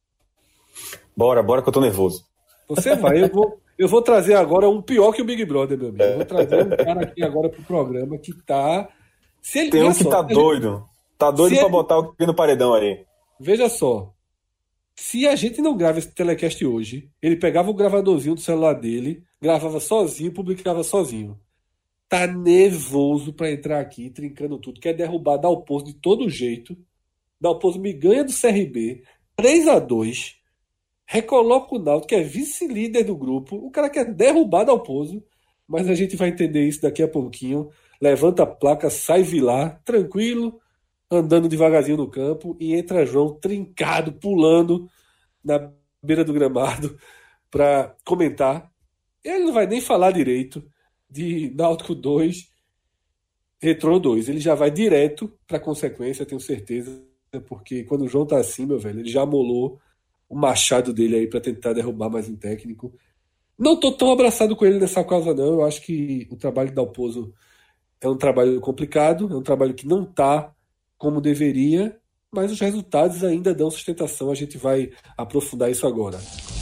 Bora que eu tô nervoso. Você vai, eu vou trazer agora um pior que o Big Brother, meu amigo. Eu vou trazer um cara aqui agora pro programa que tá... Tem um que tá doido. Tá doido pra botar o no paredão aí. Veja só. Se a gente não grava esse telecast hoje, ele pegava o gravadorzinho do celular dele, gravava sozinho, publicava sozinho. Tá nervoso pra entrar aqui, trincando tudo. Quer derrubar Dalpozo de todo jeito. Dalpozo me ganha do CRB 3-2. Recoloca o Náutico, que é vice-líder do grupo. O cara quer derrubar Dalpozo, mas a gente vai entender isso daqui a pouquinho. Levanta a placa, sai Vilar, tranquilo, andando devagarzinho no campo, e entra João trincado, pulando na beira do gramado para comentar. Ele não vai nem falar direito de Náutico 2, Retrô 2. Ele já vai direto para a consequência, tenho certeza, porque quando o João tá assim, meu velho, ele já amolou o machado dele aí para tentar derrubar mais um técnico. Não tô tão abraçado com ele nessa causa, não. Eu acho que o trabalho de Dalpozo é um trabalho complicado, é um trabalho que não tá como deveria, mas os resultados ainda dão sustentação. A gente vai aprofundar isso agora.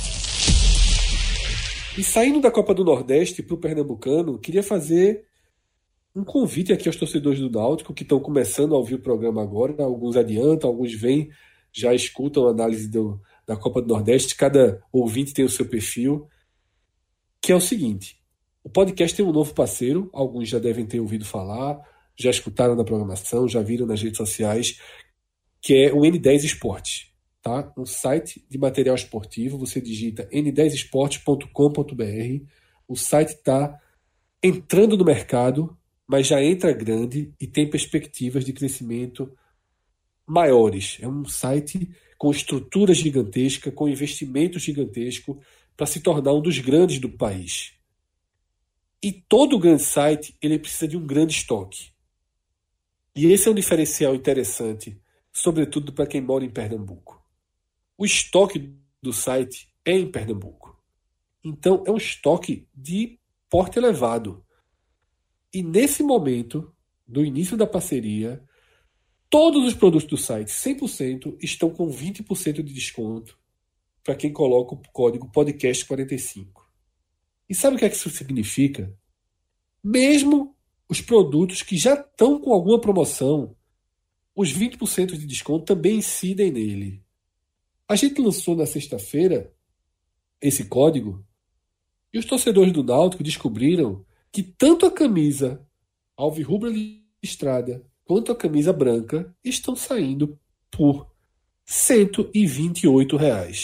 E saindo da Copa do Nordeste para o Pernambucano, queria fazer um convite aqui aos torcedores do Náutico que estão começando a ouvir o programa agora. Alguns adiantam, alguns vêm, já escutam a análise da Copa do Nordeste. Cada ouvinte tem o seu perfil, que é o seguinte: o podcast tem um novo parceiro, alguns já devem ter ouvido falar, já escutaram na programação, já viram nas redes sociais, que é o N10 Esportes, tá? Um site de material esportivo. Você digita n10esportes.com.br. O site está entrando no mercado, mas já entra grande e tem perspectivas de crescimento maiores. É um site com estrutura gigantesca, com investimento gigantesco, para se tornar um dos grandes do país. E todo grande site ele precisa de um grande estoque. E esse é um diferencial interessante, sobretudo para quem mora em Pernambuco. O estoque do site é em Pernambuco. Então é um estoque de porte elevado. E nesse momento, do início da parceria, todos os produtos do site, 100%, estão com 20% de desconto para quem coloca o código podcast45. E sabe o que é que isso significa? Mesmo os produtos que já estão com alguma promoção, os 20% de desconto também incidem nele. A gente lançou na sexta-feira esse código e os torcedores do Náutico descobriram que tanto a camisa alvirrubra listrada quanto a camisa branca estão saindo por R$ 128.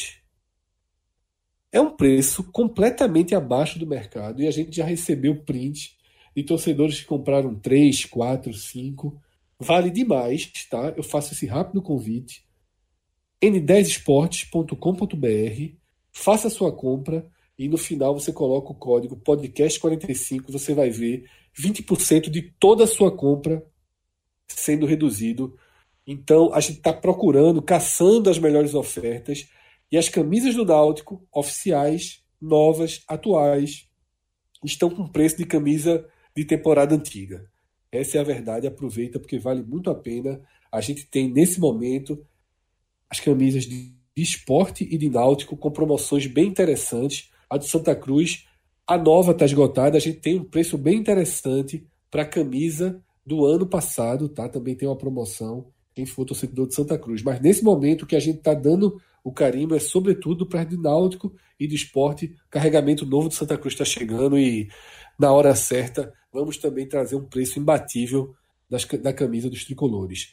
É um preço completamente abaixo do mercado e a gente já recebeu print de torcedores que compraram 3, 4, 5. Vale demais, tá? Eu faço esse rápido convite. n10esportes.com.br. Faça a sua compra. e no final você coloca o código podcast45, você vai ver 20% de toda a sua compra sendo reduzido. Então a gente está procurando, caçando as melhores ofertas, e as camisas do Náutico, oficiais, novas, atuais, estão com preço de camisa de temporada antiga. Essa é a verdade, aproveita porque vale muito a pena. A gente tem nesse momento as camisas de esporte e de Náutico com promoções bem interessantes. A do Santa Cruz, a nova está esgotada, a gente tem um preço bem interessante para a camisa do ano passado, tá? Também tem uma promoção, quem for torcedor de Santa Cruz. Mas nesse momento o que a gente está dando o carimbo é sobretudo para de Náutico e de esporte. Carregamento novo de Santa Cruz está chegando e na hora certa vamos também trazer um preço imbatível da camisa dos tricolores.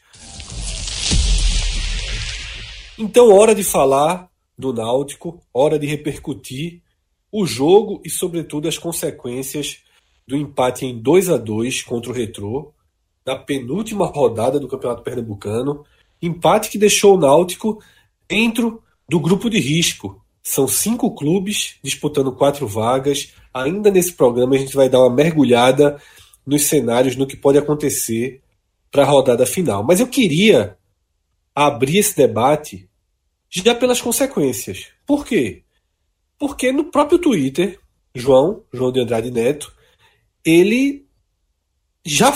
Então, hora de falar do Náutico, hora de repercutir o jogo e, sobretudo, as consequências do empate em 2-2 contra o Retrô, na penúltima rodada do Campeonato Pernambucano. Empate que deixou o Náutico dentro do grupo de risco. São 5 clubes disputando 4 vagas. Ainda nesse programa a gente vai dar uma mergulhada nos cenários, no que pode acontecer para a rodada final. Mas eu queria abrir esse debate já pelas consequências. Por quê? Porque no próprio Twitter, João de Andrade Neto, ele já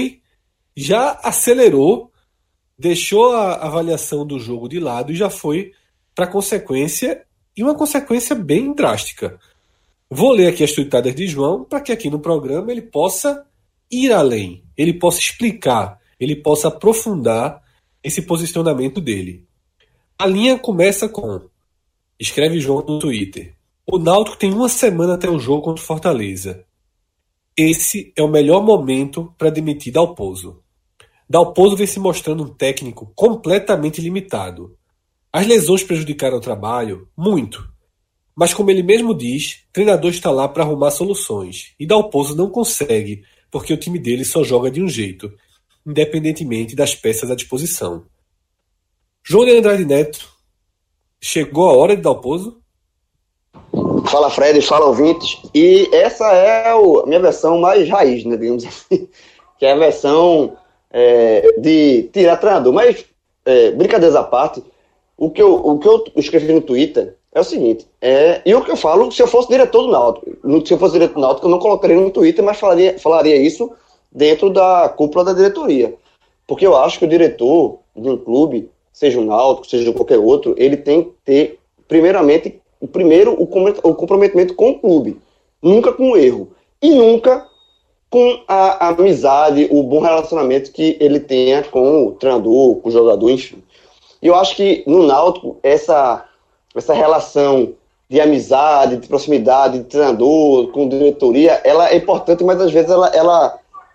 acelerou, deixou a avaliação do jogo de lado e já foi para a consequência, e uma consequência bem drástica. Vou ler aqui as tuitadas de João para que aqui no programa ele possa ir além, ele possa explicar, ele possa aprofundar esse posicionamento dele. A linha começa com: escreve João no Twitter, o Náutico tem 1 semana até o jogo contra o Fortaleza. Esse é o melhor momento para demitir Dalpozo. Dalpozo vem se mostrando um técnico completamente limitado. As lesões prejudicaram o trabalho? Muito. Mas como ele mesmo diz, o treinador está lá para arrumar soluções. E Dalpozo não consegue, porque o time dele só joga de um jeito, independentemente das peças à disposição. João de Andrade Neto, chegou a hora de Dalpozo? Fala Fred, fala ouvintes. E essa é a minha versão mais raiz, né, digamos assim, que é a versão de tirar treinador. Mas, brincadeiras à parte, o que eu escrevi no Twitter é o seguinte, e o que eu falo, se eu fosse diretor do Náutico, eu não colocaria no Twitter, mas falaria isso dentro da cúpula da diretoria. Porque eu acho que o diretor de um clube, seja o Náutico, seja qualquer outro, ele tem que ter, primeiramente, o comprometimento com o clube, nunca com o erro, e nunca com a amizade, o bom relacionamento que ele tenha com o treinador, com o jogador, enfim. E eu acho que no Náutico, essa relação de amizade, de proximidade, de treinador com diretoria, ela é importante, mas às vezes ela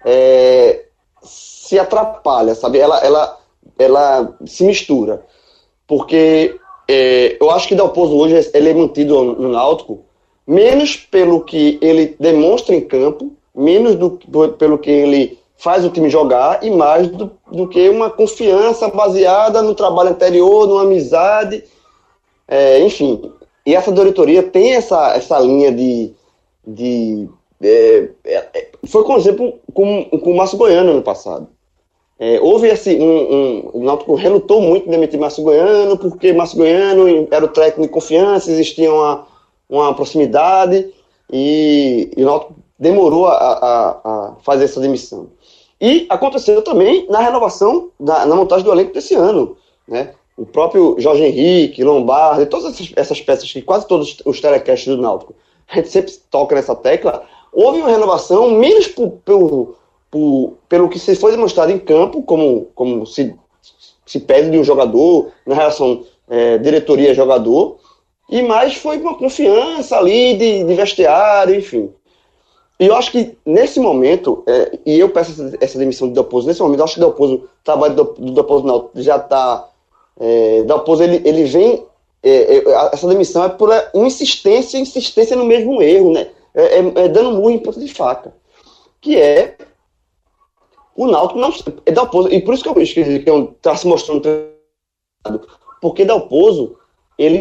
se atrapalha, sabe? Ela se mistura. Porque eu acho que Dalpozo hoje ele é mantido no Náutico menos pelo que ele demonstra em campo, menos pelo que ele faz o time jogar e mais do que uma confiança baseada no trabalho anterior, numa amizade, enfim. E essa diretoria tem essa linha foi, por exemplo, com o Márcio Goiano no passado. Houve o Náutico relutou muito em demitir Márcio Goiano, porque Márcio Goiano era o técnico de confiança, existia uma proximidade, e o Náutico demorou a fazer essa demissão. E aconteceu também na renovação, na montagem do elenco desse ano, né? O próprio Jorge Henrique, Lombardi, todas essas peças que quase todos os telecasts do Náutico, a gente sempre toca nessa tecla, houve uma renovação menos pelo que se foi demonstrado em campo, como se pede de um jogador, na relação diretoria-jogador, e mais foi uma confiança ali de vestiário, enfim. E eu acho que nesse momento, e eu peço essa demissão de Dalpozo, nesse momento eu acho que o trabalho do Dalpozo Náutico já está... Dalpozo, ele vem... essa demissão é por uma insistência no mesmo erro, né? Dando murro em ponta de faca. Que é o Náutico não... Dalpozo, e por isso que eu escrevi que está se mostrando... Porque Dalpozo, ele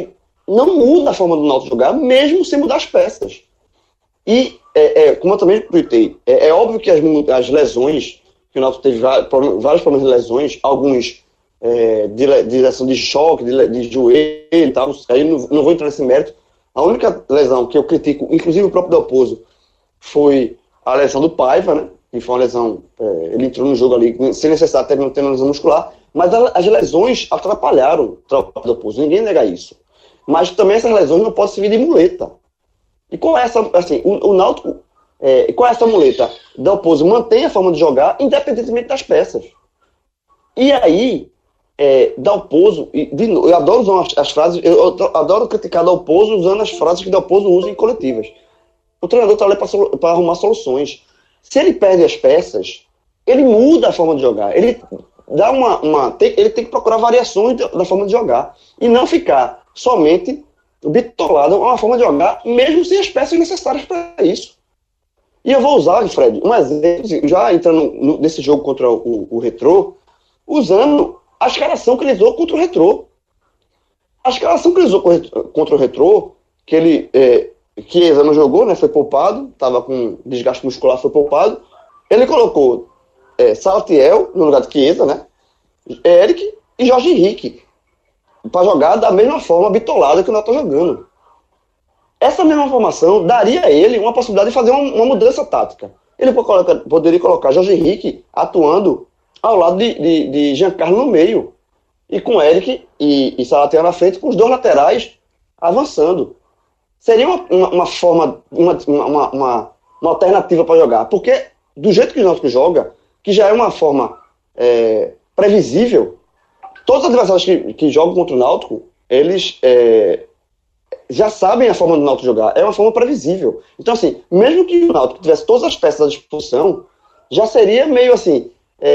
não muda a forma do Náutico jogar, mesmo sem mudar as peças. E, como eu também tuitei, é óbvio que as lesões, que o Náutico teve vários problemas de lesões, alguns de lesão de choque, de joelho e tal, aí não vou entrar nesse mérito. A única lesão que eu critico, inclusive o próprio Dalpozo, foi a lesão do Paiva, né? Que foi uma lesão, ele entrou no jogo ali, sem necessidade de ter uma lesão muscular, mas as lesões atrapalharam o trabalho do Dalpozo, ninguém nega isso. Mas também essas lesões não podem servir de muleta. E qual é essa, assim, o Náutico, qual é essa muleta? Dalpozo mantém a forma de jogar, independentemente das peças. E aí, Dalpozo, eu adoro usar as frases, eu adoro criticar Dalpozo usando as frases que Dalpozo usa em coletivas. O treinador está ali para arrumar soluções. Se ele perde as peças, ele muda a forma de jogar. Ele dá ele tem que procurar variações da forma de jogar. E não ficar somente bitolado a uma forma de jogar, mesmo sem as peças necessárias para isso. E eu vou usar, Fred, um exemplo, já entrando nesse jogo contra o Retrô, usando a escalação que ele usou contra o Retrô. A escalação que ele usou contra o Retrô, que ele... Chiesa não jogou, né? Foi poupado, estava com desgaste muscular, foi poupado. Ele colocou Salatiel no lugar de Chiesa, né? Eric e Jorge Henrique para jogar da mesma forma bitolada que o Náutico está jogando. Essa mesma formação daria a ele uma possibilidade de fazer uma mudança tática. Ele poderia colocar Jorge Henrique atuando ao lado de Giancarlo no meio e com Eric e Salatiel na frente, com os dois laterais avançando. Seria uma forma, uma alternativa para jogar. Porque, do jeito que o Náutico joga, que já é uma forma previsível, todos os adversários que jogam contra o Náutico, eles já sabem a forma do Náutico jogar. É uma forma previsível. Então, assim, mesmo que o Náutico tivesse todas as peças à disposição, já seria meio assim...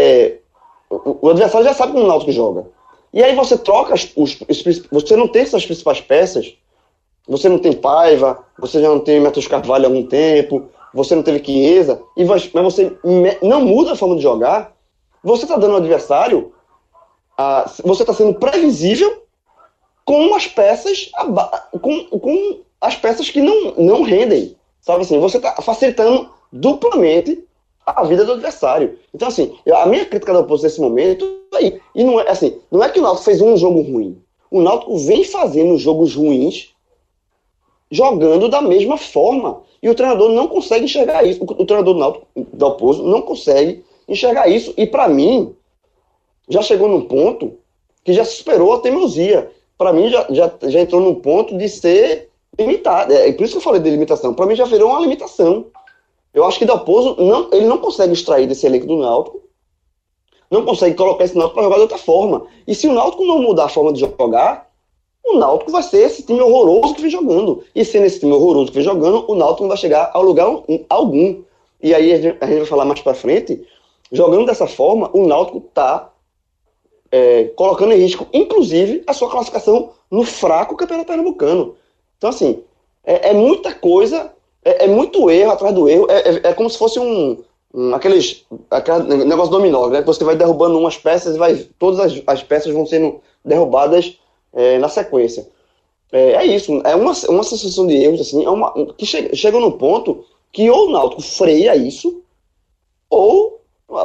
o adversário já sabe como o Náutico joga. E aí você troca você não tem essas principais peças. Você não tem Paiva, você já não tem Matheus Carvalho há algum tempo, você não teve Chiesa, mas você não muda a forma de jogar, você está dando ao adversário, você está sendo previsível com as peças, com as peças que não rendem. Sabe assim, você está facilitando duplamente a vida do adversário. Então, assim, a minha crítica da oposição nesse momento aí, e não é assim, não é que o Náutico fez um jogo ruim. O Náutico vem fazendo jogos ruins jogando da mesma forma. E o treinador não consegue enxergar isso. O treinador do Náutico, do Dalpozo, não consegue enxergar isso. E para mim, já chegou num ponto que já superou a teimosia. Para mim, já entrou num ponto de ser limitado. É por isso que eu falei de limitação. Para mim, já virou uma limitação. Eu acho que Dalpozo, ele não consegue extrair desse elenco do Náutico, não consegue colocar esse Náutico para jogar de outra forma. E se o Náutico não mudar a forma de jogar, o Náutico vai ser esse time horroroso que vem jogando. E sendo esse time horroroso que vem jogando, o Náutico não vai chegar ao lugar algum. E aí a gente vai falar mais pra frente, jogando dessa forma, o Náutico tá colocando em risco, inclusive, a sua classificação no fraco Campeonato Pernambucano. Então, assim, é muita coisa, é muito erro atrás do erro, é como se fosse aquele negócio dominó, né? Você vai derrubando umas peças e todas as peças vão sendo derrubadas na sequência. É isso, é uma sensação de erros assim, que chega num ponto que ou o Náutico freia isso, ou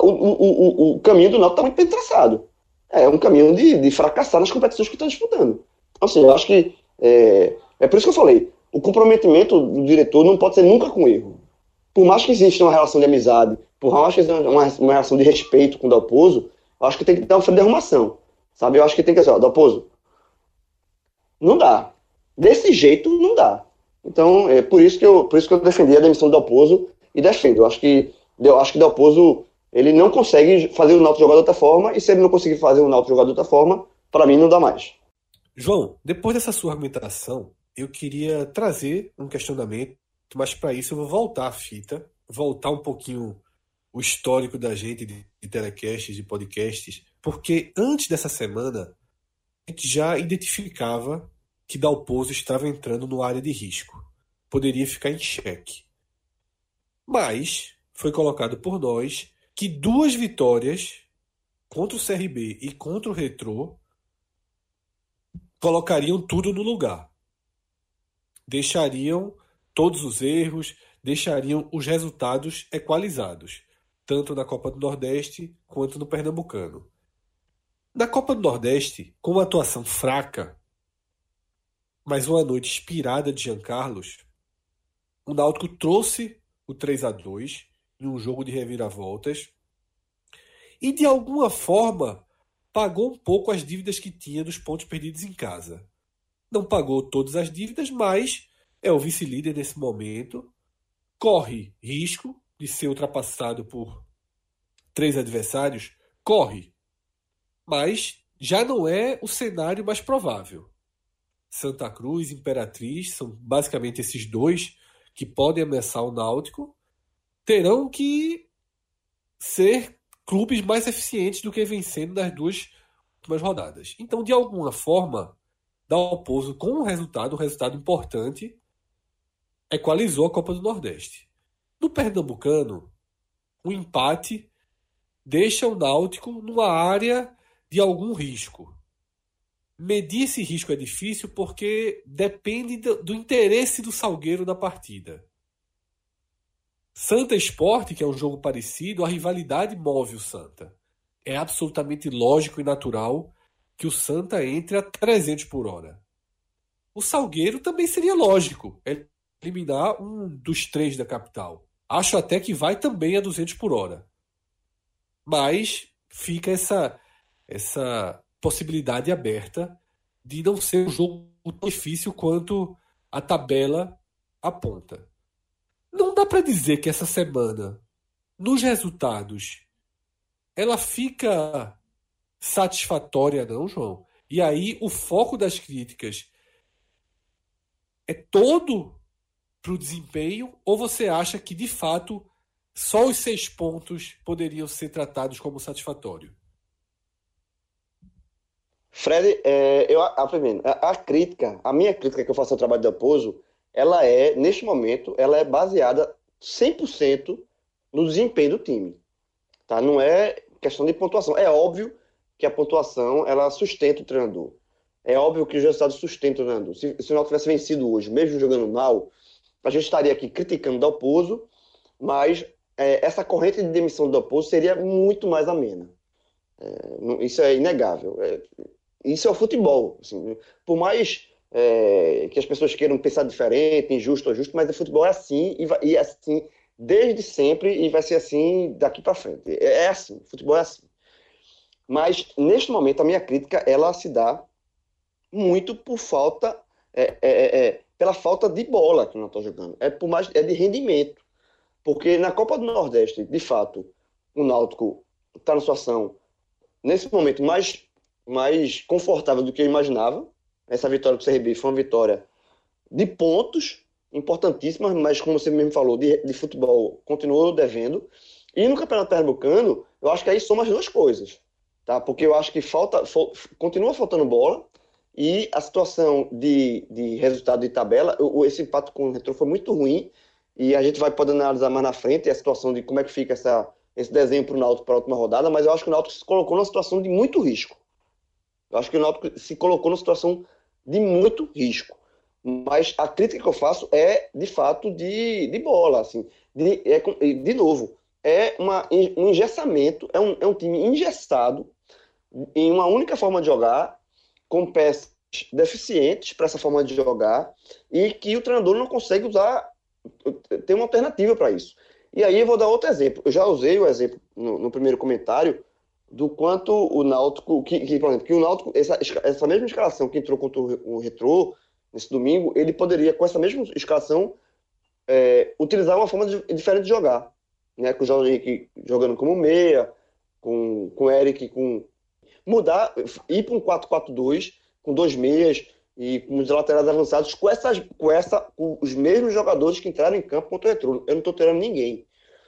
o caminho do Náutico está muito bem traçado. É um caminho de fracassar nas competições que está disputando. Então, assim, eu acho que é por isso que eu falei, o comprometimento do diretor não pode ser nunca com erro. Por mais que exista uma relação de amizade, por mais que exista uma relação de respeito com o Dalpozo, eu acho que tem que dar uma freio de arrumação, sabe? Eu acho que tem que dizer, Dalpozo, não dá. Desse jeito, não dá. Então, é por isso que eu defendi a demissão do Dalpozo e defendo. Eu acho que Dalpozo, ele não consegue fazer o Náutico jogar de outra forma, e se ele não conseguir fazer o Náutico jogar de outra forma, para mim não dá mais. João, depois dessa sua argumentação, eu queria trazer um questionamento, mas para isso eu vou voltar a fita, voltar um pouquinho o histórico da gente de telecasts, de podcasts, porque antes dessa semana a gente já identificava que Dalpozo estava entrando no área de risco. Poderia ficar em xeque. Mas foi colocado por nós que 2 vitórias contra o CRB e contra o Retrô colocariam tudo no lugar. deixariam todos os erros, deixariam os resultados equalizados, tanto na Copa do Nordeste quanto no Pernambucano. Na Copa do Nordeste, com uma atuação fraca, mas uma noite inspirada de Jean Carlos, o Náutico trouxe o 3-2 em um jogo de reviravoltas e, de alguma forma, pagou um pouco as dívidas que tinha dos pontos perdidos em casa. Não pagou todas as dívidas, mas é o vice-líder nesse momento, corre risco de ser ultrapassado por 3 adversários, corre, mas já não é o cenário mais provável. Santa Cruz, Imperatriz, são basicamente esses dois que podem ameaçar o Náutico, terão que ser clubes mais eficientes do que vencendo nas 2 últimas rodadas. Então, de alguma forma, Dalpozo, com um resultado importante, equalizou a Copa do Nordeste. No Pernambucano, o empate deixa o Náutico numa área de algum risco. Medir esse risco é difícil porque depende do interesse do Salgueiro na partida. Santa Sport, que é um jogo parecido, a rivalidade move o Santa. É absolutamente lógico e natural que o Santa entre a 300 por hora. O Salgueiro também seria lógico eliminar um dos 3 da capital. Acho até que vai também a 200 por hora. Mas fica essa possibilidade aberta de não ser um jogo tão difícil quanto a tabela aponta. Não dá para dizer que essa semana, nos resultados, ela fica satisfatória, não, João? E aí o foco das críticas é todo para o desempenho, ou você acha que, de fato, só os 6 pontos poderiam ser tratados como satisfatório? Fred, primeiro, a minha crítica que eu faço ao trabalho do Dalpozo, ela neste momento, ela é baseada 100% no desempenho do time. Tá? Não é questão de pontuação. É óbvio que a pontuação, ela sustenta o treinador. É óbvio que os resultados sustentam o treinador. Se o Náutico tivesse vencido hoje, mesmo jogando mal, a gente estaria aqui criticando o Dalpozo, mas essa corrente de demissão do Dalpozo seria muito mais amena. Isso é inegável. Isso é o futebol. Assim, por mais que as pessoas queiram pensar diferente, injusto ou justo, mas o futebol é assim e é assim desde sempre e vai ser assim daqui para frente. É assim, o futebol é assim. Mas, neste momento, a minha crítica, ela se dá muito por falta, pela falta de bola que o Náutico está jogando. É de rendimento. Porque na Copa do Nordeste, de fato, o Náutico está na situação, nesse momento, mais confortável do que eu imaginava. Essa vitória do CRB foi uma vitória de pontos importantíssima, mas como você mesmo falou, de futebol continuou devendo. E no Campeonato Pernambucano, eu acho que aí soma as 2 coisas. Tá? Porque eu acho que continua faltando bola e a situação de resultado de tabela, esse empate com o Retrô foi muito ruim e a gente pode analisar mais na frente a situação de como é que fica esse desenho para o Náutico para a última rodada, mas eu acho que o Náutico se colocou numa situação de muito risco. Eu acho que o Náutico se colocou numa situação de muito risco. Mas a crítica que eu faço é, de fato, de bola. Assim, de novo, um engessamento, é um time engessado em uma única forma de jogar, com peças deficientes para essa forma de jogar, e que o treinador não consegue ter uma alternativa para isso. E aí eu vou dar outro exemplo. Eu já usei o exemplo no primeiro comentário do quanto o Náutico, por exemplo, que o Náutico, essa mesma escalação que entrou contra o Retrô nesse domingo, ele poderia, com essa mesma escalação, utilizar uma forma diferente de jogar, né? Com o Jorge Henrique jogando como meia, com o Eric, mudar, ir para um 4-4-2, com 2 meias e com os laterais avançados, com os mesmos jogadores que entraram em campo contra o Retrô. Eu não estou tirando ninguém.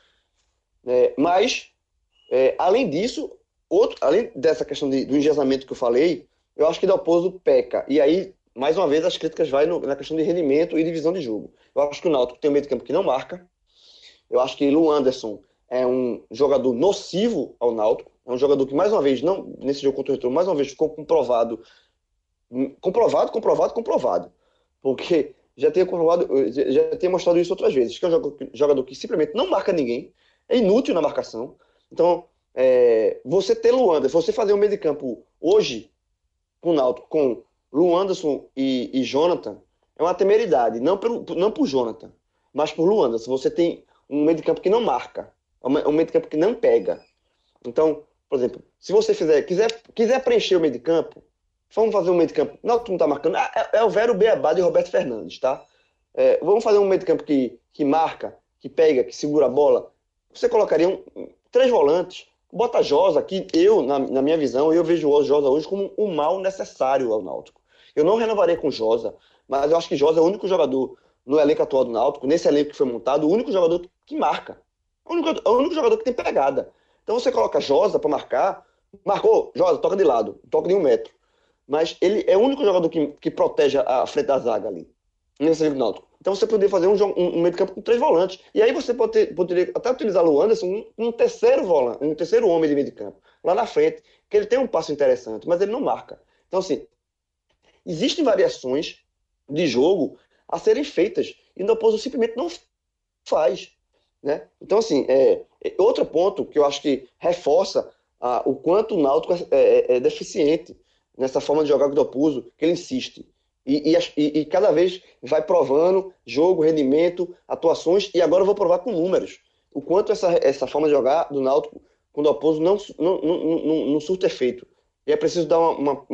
Mas, além disso, além dessa questão do engesamento que eu falei, eu acho que Dalpozo peca. E aí, mais uma vez, as críticas vão na questão de rendimento e divisão de jogo. Eu acho que o Náutico tem um meio de campo que não marca. Eu acho que Lu Anderson é um jogador nocivo ao Náutico. É um jogador que, mais uma vez, nesse jogo contra o Retrô, mais uma vez ficou comprovado. Porque já tinha comprovado, já tinha mostrado isso outras vezes, que é um jogador que simplesmente não marca ninguém, é inútil na marcação. Então, você ter Luanda, você fazer um meio de campo hoje com o Náutico, com Luanderson e Jonathan, é uma temeridade, não por Jonathan, mas por Luanderson. Você tem um meio de campo que não marca, um meio de campo que não pega. Então, por exemplo, se você quiser preencher o meio de campo, vamos fazer um meio de campo. Não, tu não tá marcando. É o Vero Beabá de Roberto Fernandes, tá? Vamos fazer um meio de campo que marca, que pega, que segura a bola. Você colocaria 3 volantes, bota Josa, que na minha visão, eu vejo o Josa hoje como um mal necessário ao Náutico. Eu não renovaria com Josa, mas eu acho que Josa é o único jogador no elenco atual do Náutico, nesse elenco que foi montado, o único jogador que marca. É o único jogador que tem pegada. Então você coloca Josa para marcar, marcou, Josa, toca de lado, toca de 1 metro. Mas ele é o único jogador que protege a frente da zaga ali, nesse elenco do Náutico. Então você poderia fazer um meio de campo com 3 volantes. E aí você poderia até utilizar o Anderson, um terceiro volante, um terceiro homem de meio de campo, lá na frente, que ele tem um passo interessante, mas ele não marca. Então, assim, existem variações de jogo a serem feitas, e o Dalpozo simplesmente não faz. Né? Então, assim, outro ponto que eu acho que reforça o quanto o Náutico é deficiente nessa forma de jogar com o Dalpozo, que ele insiste. E cada vez vai provando jogo, rendimento, atuações, e agora eu vou provar com números o quanto essa forma de jogar do Náutico com o Dalpozo não surte efeito. E é preciso dar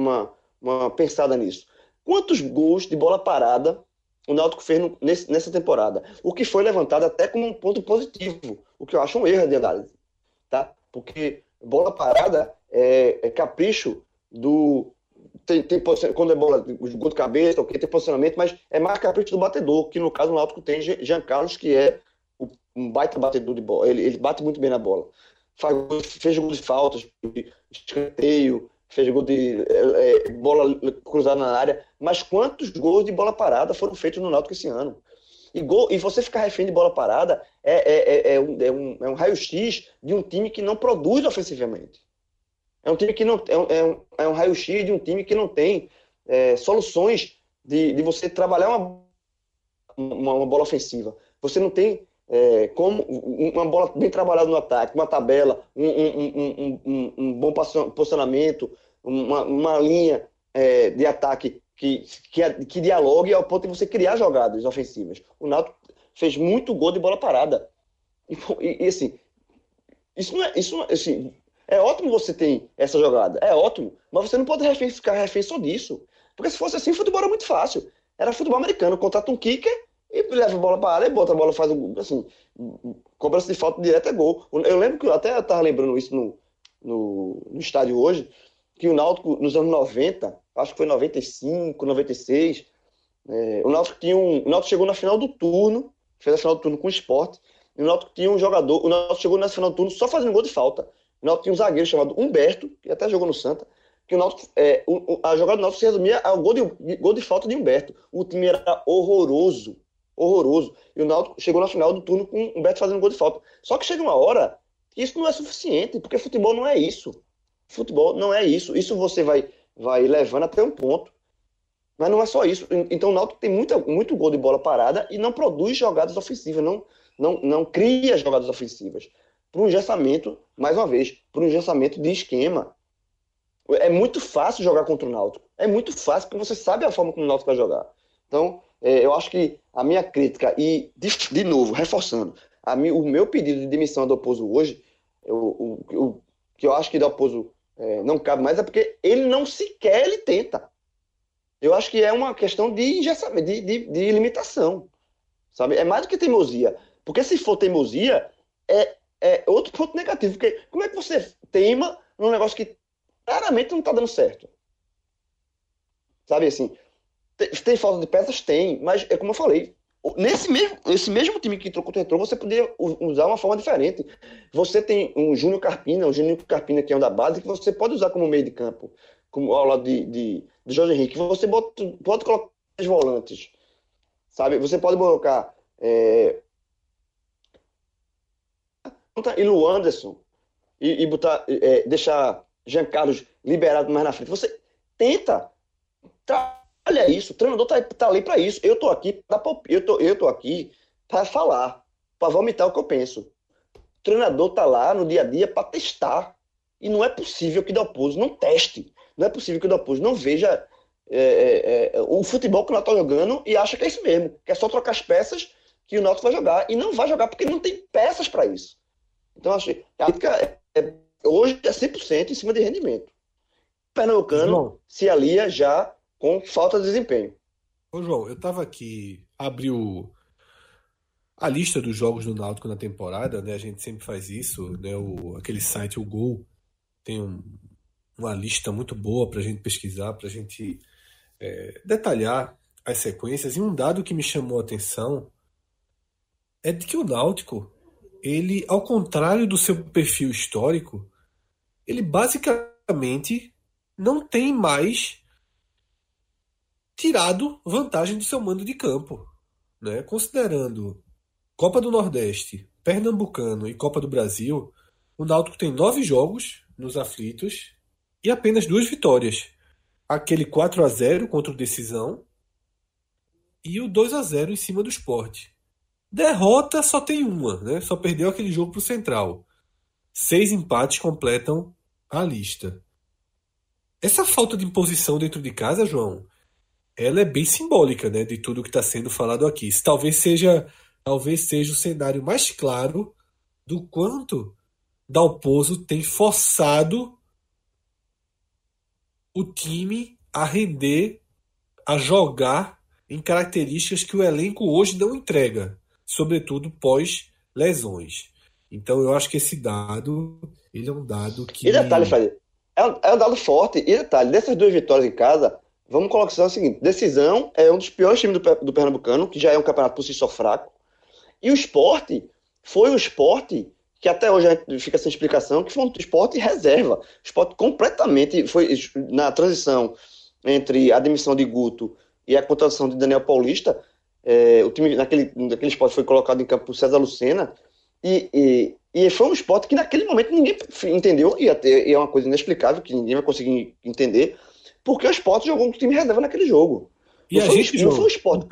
uma pensada nisso. Quantos gols de bola parada o Náutico fez nessa temporada? O que foi levantado até como um ponto positivo, o que eu acho um erro de análise. Tá? Porque bola parada é capricho do... quando é bola, gol de cabeça, tem posicionamento, mas é mais capricho do batedor, que no caso o Náutico tem Jean Carlos, que é um baita batedor de bola, ele bate muito bem na bola, fez gol de faltas, escanteio, fez gol de bola cruzada na área, mas quantos gols de bola parada foram feitos no Náutico esse ano? E você ficar refém de bola parada é um raio-x de um time que não produz ofensivamente. É um time que não é um raio-x de um time que não tem soluções de você trabalhar uma bola ofensiva. Você não tem como uma bola bem trabalhada no ataque, uma tabela, um bom posicionamento, uma linha de ataque que dialogue ao ponto de você criar jogadas ofensivas. O Náutico fez muito gol de bola parada. E assim, isso não é assim, é ótimo você ter essa jogada, é ótimo, mas você não pode ficar refém só disso. Porque se fosse assim, futebol era muito fácil. Era futebol americano, contrata um kicker e leva a bola para a área e bota a bola, faz assim, cobrança de falta direta é gol. Eu lembro que eu até estava lembrando isso no estádio hoje, que o Náutico nos anos 90, acho que foi 95, 96, o Náutico chegou na final do turno, fez a final do turno com o Sport, e o Náutico tinha um jogador, o Náutico chegou na final do turno só fazendo gol de falta. O Náutico tinha um zagueiro chamado Humberto, que até jogou no Santa, que o Náutico, a jogada do Náutico se resumia ao gol de falta de Humberto. O time era horroroso. E o Náutico chegou na final do turno com o Humberto fazendo gol de falta. Só que chega uma hora que isso não é suficiente, porque futebol não é isso. Futebol não é isso. Isso você vai levando até um ponto. Mas não é só isso. Então o Náutico tem muito gol de bola parada e não produz jogadas ofensivas, não cria jogadas ofensivas. Por um engessamento, mais uma vez, por um engessamento de esquema. É muito fácil jogar contra o Náutico. É muito fácil, porque você sabe a forma como o Náutico vai jogar. Então, eu acho que a minha crítica, e de novo, reforçando, o meu pedido de demissão do Dalpozo hoje, que eu acho que Dalpozo não cabe mais, é porque ele não sequer ele tenta. Eu acho que é uma questão de engessamento, de limitação. Sabe? É mais do que teimosia. Porque se for teimosia, é outro ponto negativo. Porque como é que você teima num negócio que claramente não está dando certo? Sabe assim, tem falta de peças? Tem, mas é como eu falei, esse mesmo time que entrou contra o Retrô, você poderia usar uma forma diferente. Você tem o Júnior Carpina que é um da base, que você pode usar como meio de campo, como ao lado de Jorge Henrique. Você pode colocar os volantes, sabe? Você pode colocar e Luanderson e botar, deixar Jean Carlos liberado mais na frente. Você tenta, traz Olha isso, o treinador tá ali para isso. Eu tô aqui para falar, para vomitar o que eu penso. O treinador tá lá no dia a dia para testar. E não é possível que o Dalpozo não teste. Não é possível que o Dalpozo não veja o futebol que o Náutico tá jogando e acha que é isso mesmo, que é só trocar as peças que o Náutico vai jogar. E não vai jogar porque não tem peças para isso. Então, acho que a crítica hoje é 100% em cima de rendimento. O Pernambucano se alia já com falta de desempenho. Ô, João, eu tava aqui, abriu a lista dos jogos do Náutico na temporada, né? A gente sempre faz isso, né? Aquele site, o Gol, tem uma lista muito boa pra gente pesquisar, pra gente detalhar as sequências. E um dado que me chamou a atenção é de que o Náutico, ele, ao contrário do seu perfil histórico, ele basicamente não tem mais tirado vantagem do seu mando de campo, né? Considerando Copa do Nordeste, Pernambucano e Copa do Brasil, o Náutico tem 9 jogos nos aflitos e apenas 2 vitórias. Aquele 4-0 contra o Decisão e o 2-0 em cima do Sport. Derrota só tem uma, né? Só perdeu aquele jogo pro Central. 6 empates completam a lista. Essa falta de imposição dentro de casa, João, ela é bem simbólica, né, de tudo que está sendo falado aqui. Isso talvez seja o cenário mais claro do quanto Dalpozo tem forçado o time a render, a jogar em características que o elenco hoje não entrega, sobretudo pós-lesões. Então eu acho que esse dado, ele é um dado que... E detalhe, Fred, é um dado forte. E detalhe, dessas 2 vitórias em casa, vamos colocar o seguinte: Decisão é um dos piores times do Pernambucano, que já é um campeonato por si só fraco. E o Sport foi o Sport que até hoje a gente fica sem explicação, que foi um Sport reserva. O Sport completamente foi na transição entre a demissão de Guto e a contratação de Daniel Paulista. O time naquele Sport foi colocado em campo por César Lucena. E foi um Sport que naquele momento ninguém entendeu, e é uma coisa inexplicável, que ninguém vai conseguir entender, porque o Sport jogou com o time reserva naquele jogo. E não foi o Sport.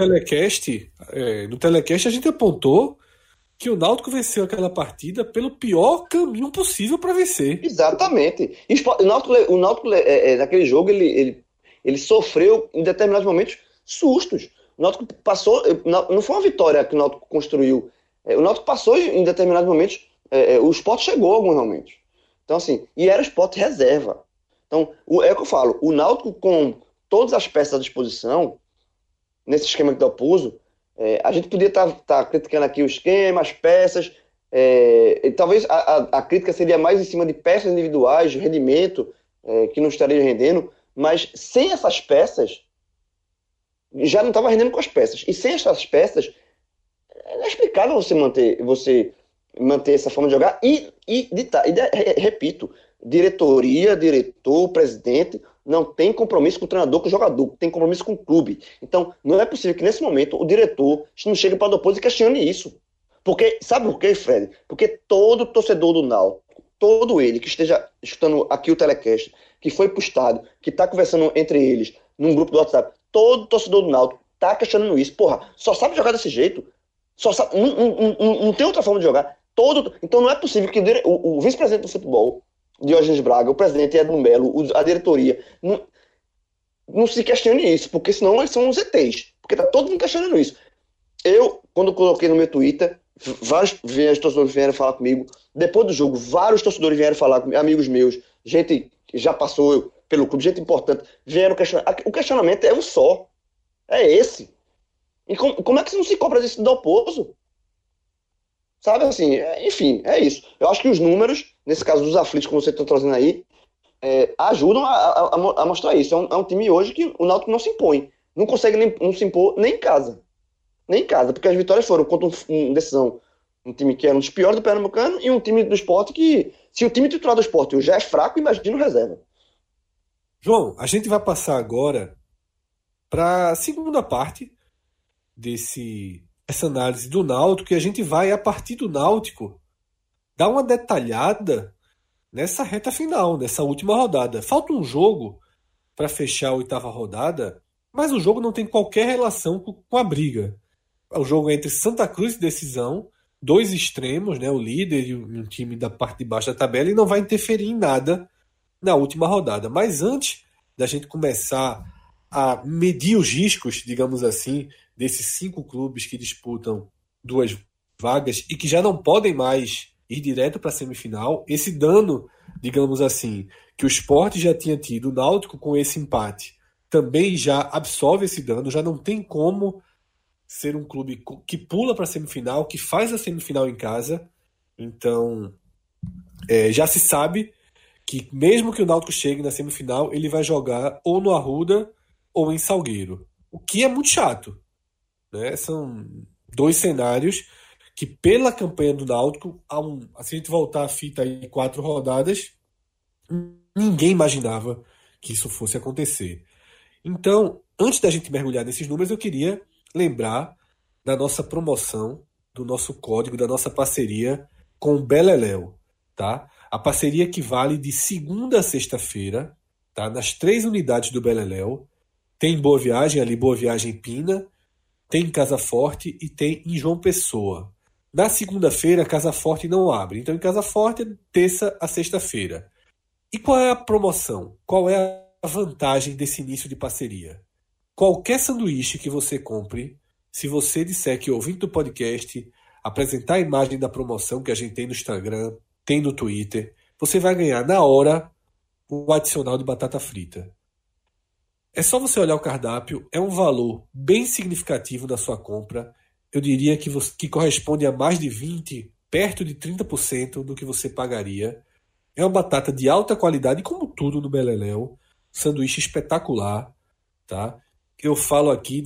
No telecast a gente apontou que o Náutico venceu aquela partida pelo pior caminho possível para vencer. Exatamente. O Náutico naquele jogo, ele sofreu, em determinados momentos, sustos. O Náutico passou... Não foi uma vitória que o Náutico construiu. O Náutico passou em determinados momentos... o Sport chegou em alguns momentos. Então, assim... E era o Sport reserva. Então, é o que eu falo. O Náutico, com todas as peças à disposição, nesse esquema que dá o Dalpozo, a gente podia estar criticando aqui o esquema, as peças... talvez a crítica seria mais em cima de peças individuais, de rendimento, que não estaria rendendo, mas sem essas peças, já não estava rendendo com as peças. E sem essas peças, é inexplicável você manter essa forma de jogar. Repito, diretoria, diretor, presidente, não tem compromisso com o treinador, com o jogador, tem compromisso com o clube. Então, não é possível que nesse momento o diretor não chegue para o Dalpozo e questione isso. Porque, sabe por quê, Fred? Porque todo torcedor do Náutico, todo ele que esteja escutando aqui o telecast, que foi pro estádio, que está conversando entre eles, num grupo do WhatsApp, todo torcedor do Náutico está questionando isso. Porra, só sabe jogar desse jeito? Só sabe, não tem outra forma de jogar. Então não é possível que o vice-presidente do futebol, Diógenes Braga, o presidente Edmundo Melo, a diretoria, não se questione isso, porque senão eles são uns ETs. Porque tá todo mundo questionando isso. Eu, quando coloquei no meu Twitter, vários torcedores vieram falar comigo. Depois do jogo, vários torcedores vieram falar comigo, amigos meus, gente que já passou pelo clube, gente importante, vieram questionar. O questionamento é um só. É esse. E como é que você não se cobra disso do Dalpozo? Sabe, assim, enfim, é isso. Eu acho que os números, nesse caso dos aflitos, como você está trazendo aí, ajudam a mostrar isso. É um time hoje que o Náutico não se impõe. Não consegue não se impor nem em casa. Nem em casa, porque as vitórias foram contra um Decisão, um time que era um dos piores do Pernambucano, e um time do Sport que, se o time titular do Sport já é fraco, imagina o reserva. João, a gente vai passar agora para a segunda parte dessa análise do Náutico, e a gente vai, a partir do Náutico, dar uma detalhada nessa reta final, nessa última rodada. Falta um jogo para fechar a 8ª rodada, mas o jogo não tem qualquer relação com a briga. O jogo é entre Santa Cruz e Decisão, dois extremos, né, o líder e um time da parte de baixo da tabela, e não vai interferir em nada na última rodada. Mas antes da gente começar a medir os riscos, digamos assim, desses 5 clubes que disputam 2 vagas e que já não podem mais ir direto para a semifinal, esse dano, digamos assim, que o Sport já tinha tido, o Náutico com esse empate também já absorve esse dano, já não tem como ser um clube que pula para a semifinal, que faz a semifinal em casa. Então, já se sabe que mesmo que o Náutico chegue na semifinal, ele vai jogar ou no Arruda ou em Salgueiro. O que é muito chato, né? São 2 cenários que, pela campanha do Náutico, se a gente voltar a fita aí 4 rodadas, ninguém imaginava que isso fosse acontecer. Então, antes da gente mergulhar nesses números, eu queria lembrar da nossa promoção, do nosso código, da nossa parceria com o Beleléu, tá? A parceria que vale de segunda a sexta-feira, tá? Nas 3 unidades do Beleléu. Tem Boa Viagem ali, Boa Viagem Pina, tem em Casa Forte e tem em João Pessoa. Na segunda-feira, Casa Forte não abre. Então, em Casa Forte, é terça a sexta-feira. E qual é a promoção? Qual é a vantagem desse início de parceria? Qualquer sanduíche que você compre, se você disser que ouvinte do podcast, apresentar a imagem da promoção que a gente tem no Instagram, tem no Twitter, você vai ganhar na hora o adicional de batata frita. É só você olhar o cardápio, é um valor bem significativo da sua compra. Eu diria que corresponde a mais de 20%, perto de 30% do que você pagaria. É uma batata de alta qualidade, como tudo no Beleléu. Sanduíche espetacular, tá? Eu falo aqui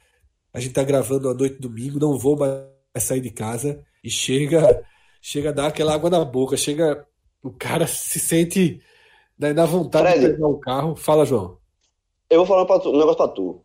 a gente tá gravando à noite de domingo, não vou mais sair de casa e chega a dar aquela água na boca, o cara se sente na vontade Fred, de pegar o carro. Fala, João. Eu vou falar um negócio pra tu.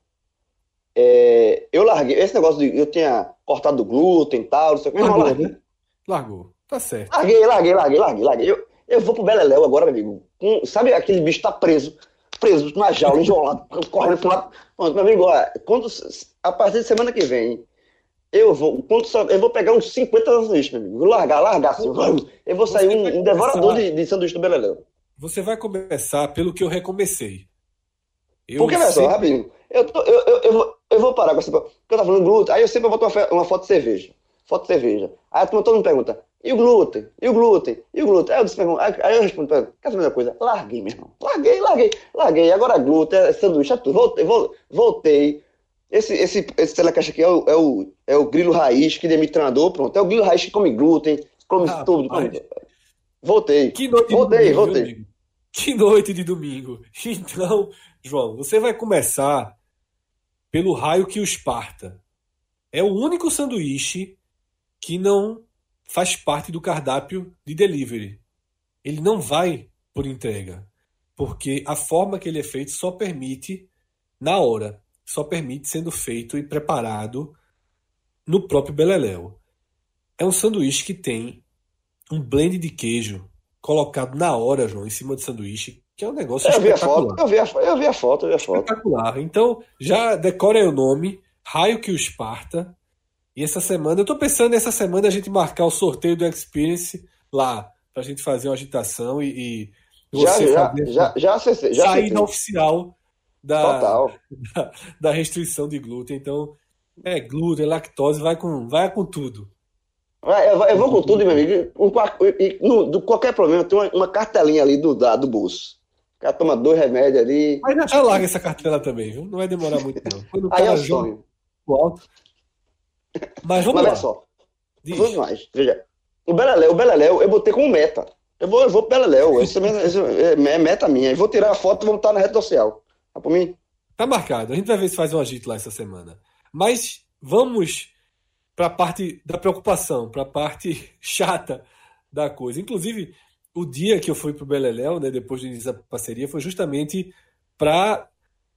Eu larguei esse negócio eu tinha cortado do glúten e tal, não sei o que, mas eu Largou, larguei. né? Largou, tá certo. Larguei. Eu vou pro Beleléu agora, meu amigo. Sabe aquele bicho tá preso na jaula, enjolado, correndo pro lado. Pronto, meu amigo, a partir de semana que vem, eu vou pegar uns 50 sanduíches, meu amigo. Vou largar assim. Eu vou sair um devorador de sanduíche do Beleléu. Você vai começar pelo que eu recomecei. Porque, olha só, rapidinho, eu vou parar com essa. Porque eu tava falando glúten, aí eu sempre boto uma foto de cerveja. Aí todo mundo pergunta, e o glúten? Aí eu aí eu respondo, quer saber uma coisa? Larguei, meu irmão. Larguei. Agora glúten, sanduíche, é tudo. Voltei. Esse telecaixa aqui é o grilo raiz que demite treinador, pronto. É o grilo raiz que come glúten, come tudo. Voltei. Voltei. Que noite de domingo. Então, João, você vai começar pelo raio que o esparta. É o único sanduíche que não faz parte do cardápio de delivery. Ele não vai por entrega, porque a forma que ele é feito só permite na hora, só permite sendo feito e preparado no próprio Beleléu. É um sanduíche que tem um blend de queijo colocado na hora, João, em cima do sanduíche, que é um negócio espetacular. Eu vi a foto. Espetacular. Então, já decora aí o nome, Raio que o Esparta. E essa semana, eu tô pensando nessa semana a gente marcar o sorteio do Experience lá, pra gente fazer uma agitação e você já acessei. saída oficial Total. da restrição de glúten. Então, glúten, lactose, vai com tudo. Eu vou com tudo, meu amigo. Qualquer problema, tem uma cartelinha ali do bolso. O cara toma 2 remédios ali. Mas já larga essa cartela também, viu? Não vai demorar muito, não. Quando o Aí cara é o sonho. alto. Mas vamos lá. Olha só. Vamos mais. Veja. O Beleléu, eu botei como meta. Eu vou pro Beleléu. Isso é meta minha. Eu vou tirar a foto e vou botar na rede social. Tá por mim? Tá marcado. A gente vai ver se faz um agito lá essa semana. Mas vamos para a parte da preocupação, para a parte chata da coisa. Inclusive, o dia que eu fui pro Beleléu, né, depois de iniciar a parceria, foi justamente para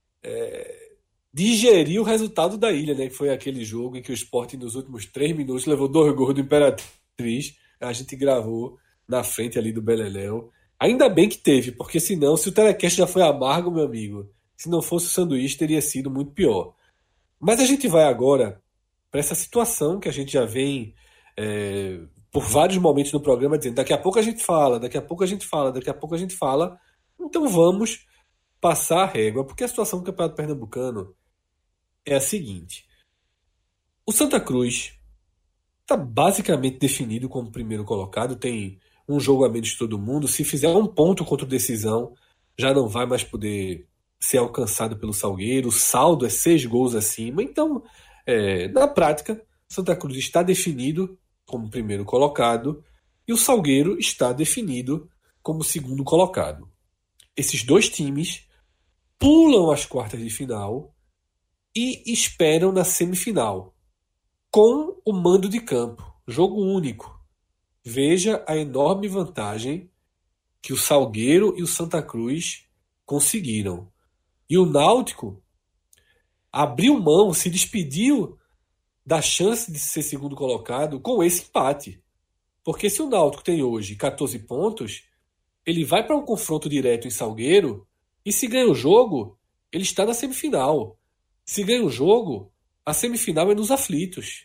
digerir o resultado da ilha, né, que foi aquele jogo em que o Sport, nos últimos 3 minutos, levou 2 gols do Imperatriz. A gente gravou na frente ali do Beleléu. Ainda bem que teve, porque senão, se o telecast já foi amargo, meu amigo, Se não fosse o sanduíche, teria sido muito pior. Mas a gente vai agora para essa situação que a gente já vem por vários momentos no programa dizendo daqui a pouco a gente fala, daqui a pouco a gente fala, daqui a pouco a gente fala. Então vamos passar a régua, porque a situação do Campeonato Pernambucano é a seguinte. O Santa Cruz está basicamente definido como primeiro colocado, tem um jogo a menos de todo mundo. Se fizer um ponto contra o Decisão, já não vai mais poder ser alcançado pelo Salgueiro. O saldo é 6 gols acima. Então, na prática, Santa Cruz está definido como primeiro colocado e o Salgueiro está definido como segundo colocado. Esses dois times pulam as quartas de final e esperam na semifinal, com o mando de campo, jogo único. Veja a enorme vantagem que o Salgueiro e o Santa Cruz conseguiram. E o Náutico abriu mão, se despediu da chance de ser segundo colocado com esse empate. Porque se o Náutico tem hoje 14 pontos, ele vai para um confronto direto em Salgueiro e se ganha o jogo, ele está na semifinal. Se ganha o jogo, a semifinal é nos aflitos.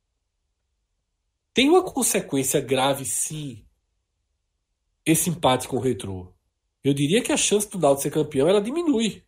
Tem uma consequência grave, sim, esse empate com o Retrô. Eu diria que a chance do Náutico ser campeão ela diminui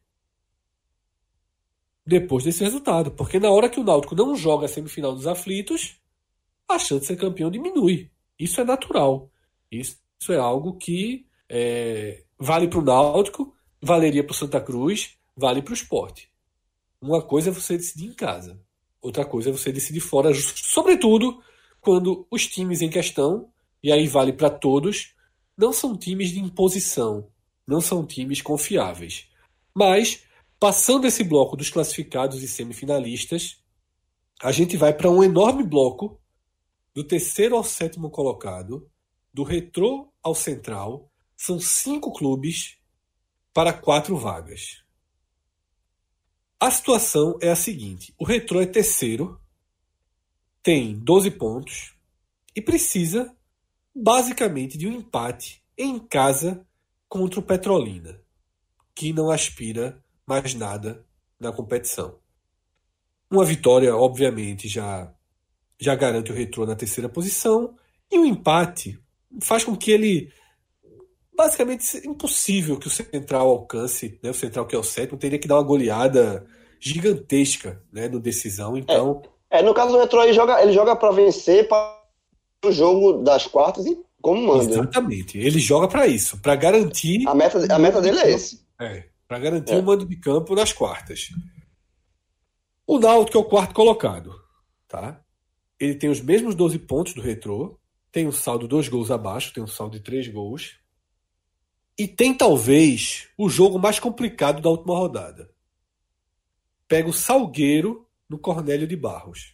depois desse resultado. Porque na hora que o Náutico não joga a semifinal dos aflitos, a chance de ser campeão diminui. Isso é natural. Isso é algo que vale para o Náutico, valeria para o Santa Cruz, vale para o Sport. Uma coisa é você decidir em casa, outra coisa é você decidir fora, sobretudo quando os times em questão, e aí vale para todos, não são times de imposição, não são times confiáveis. Mas, passando esse bloco dos classificados e semifinalistas, a gente vai para um enorme bloco do terceiro ao sétimo colocado, do Retrô ao Central. São 5 clubes para 4 vagas. A situação é a seguinte: o Retrô é terceiro, tem 12 pontos e precisa basicamente de um empate em casa contra o Petrolina, que não aspira mais nada na competição. Uma vitória, obviamente, já garante o Retrô na terceira posição, e o empate faz com que ele basicamente é impossível que o Central alcance, né? O Central, que é o sétimo, teria que dar uma goleada gigantesca, né, no Decisão. Então, no caso do Retrô, ele joga para vencer para o jogo das quartas e como manda. Exatamente. Ele joga para isso, para garantir. A meta dele é esse. Para garantir o mando de campo nas quartas. O Náutico é o quarto colocado, tá? Ele tem os mesmos 12 pontos do Retrô, tem um saldo 2 gols abaixo, tem um saldo de 3 gols. E tem talvez o jogo mais complicado da última rodada. Pega o Salgueiro no Cornélio de Barros.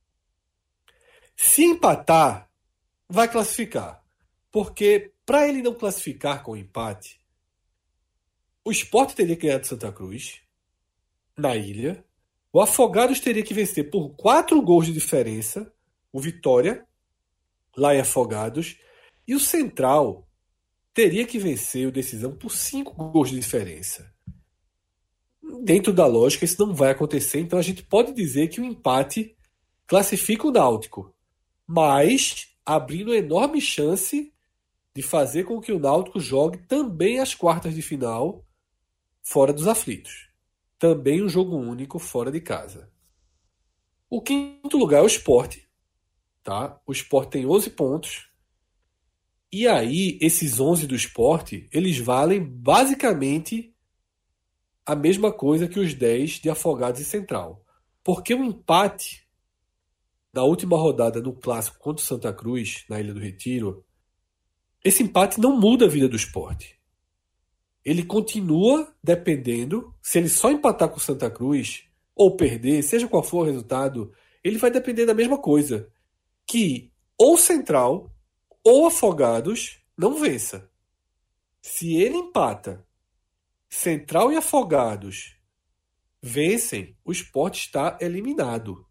Se empatar, vai classificar. Porque para ele não classificar com empate, o Sport teria que ganhar de Santa Cruz, na ilha. O Afogados teria que vencer por 4 gols de diferença, o Vitória, lá em Afogados. E o Central teria que vencer o Decisão por 5 gols de diferença. Dentro da lógica, isso não vai acontecer. Então a gente pode dizer que o empate classifica o Náutico, mas abrindo enorme chance de fazer com que o Náutico jogue também as quartas de final fora dos aflitos. Também um jogo único fora de casa. O quinto lugar é o Sport. Tá? O Sport tem 11 pontos. E aí, esses 11 do Sport, eles valem basicamente a mesma coisa que os 10 de Afogados e Central. Porque o empate na última rodada no Clássico contra o Santa Cruz, na Ilha do Retiro, esse empate não muda a vida do Sport. Ele continua dependendo, se ele só empatar com o Santa Cruz, ou perder, seja qual for o resultado, ele vai depender da mesma coisa. Que ou Central ou Afogados não vença. Se ele empata, Central e Afogados vencem, o Sport está eliminado.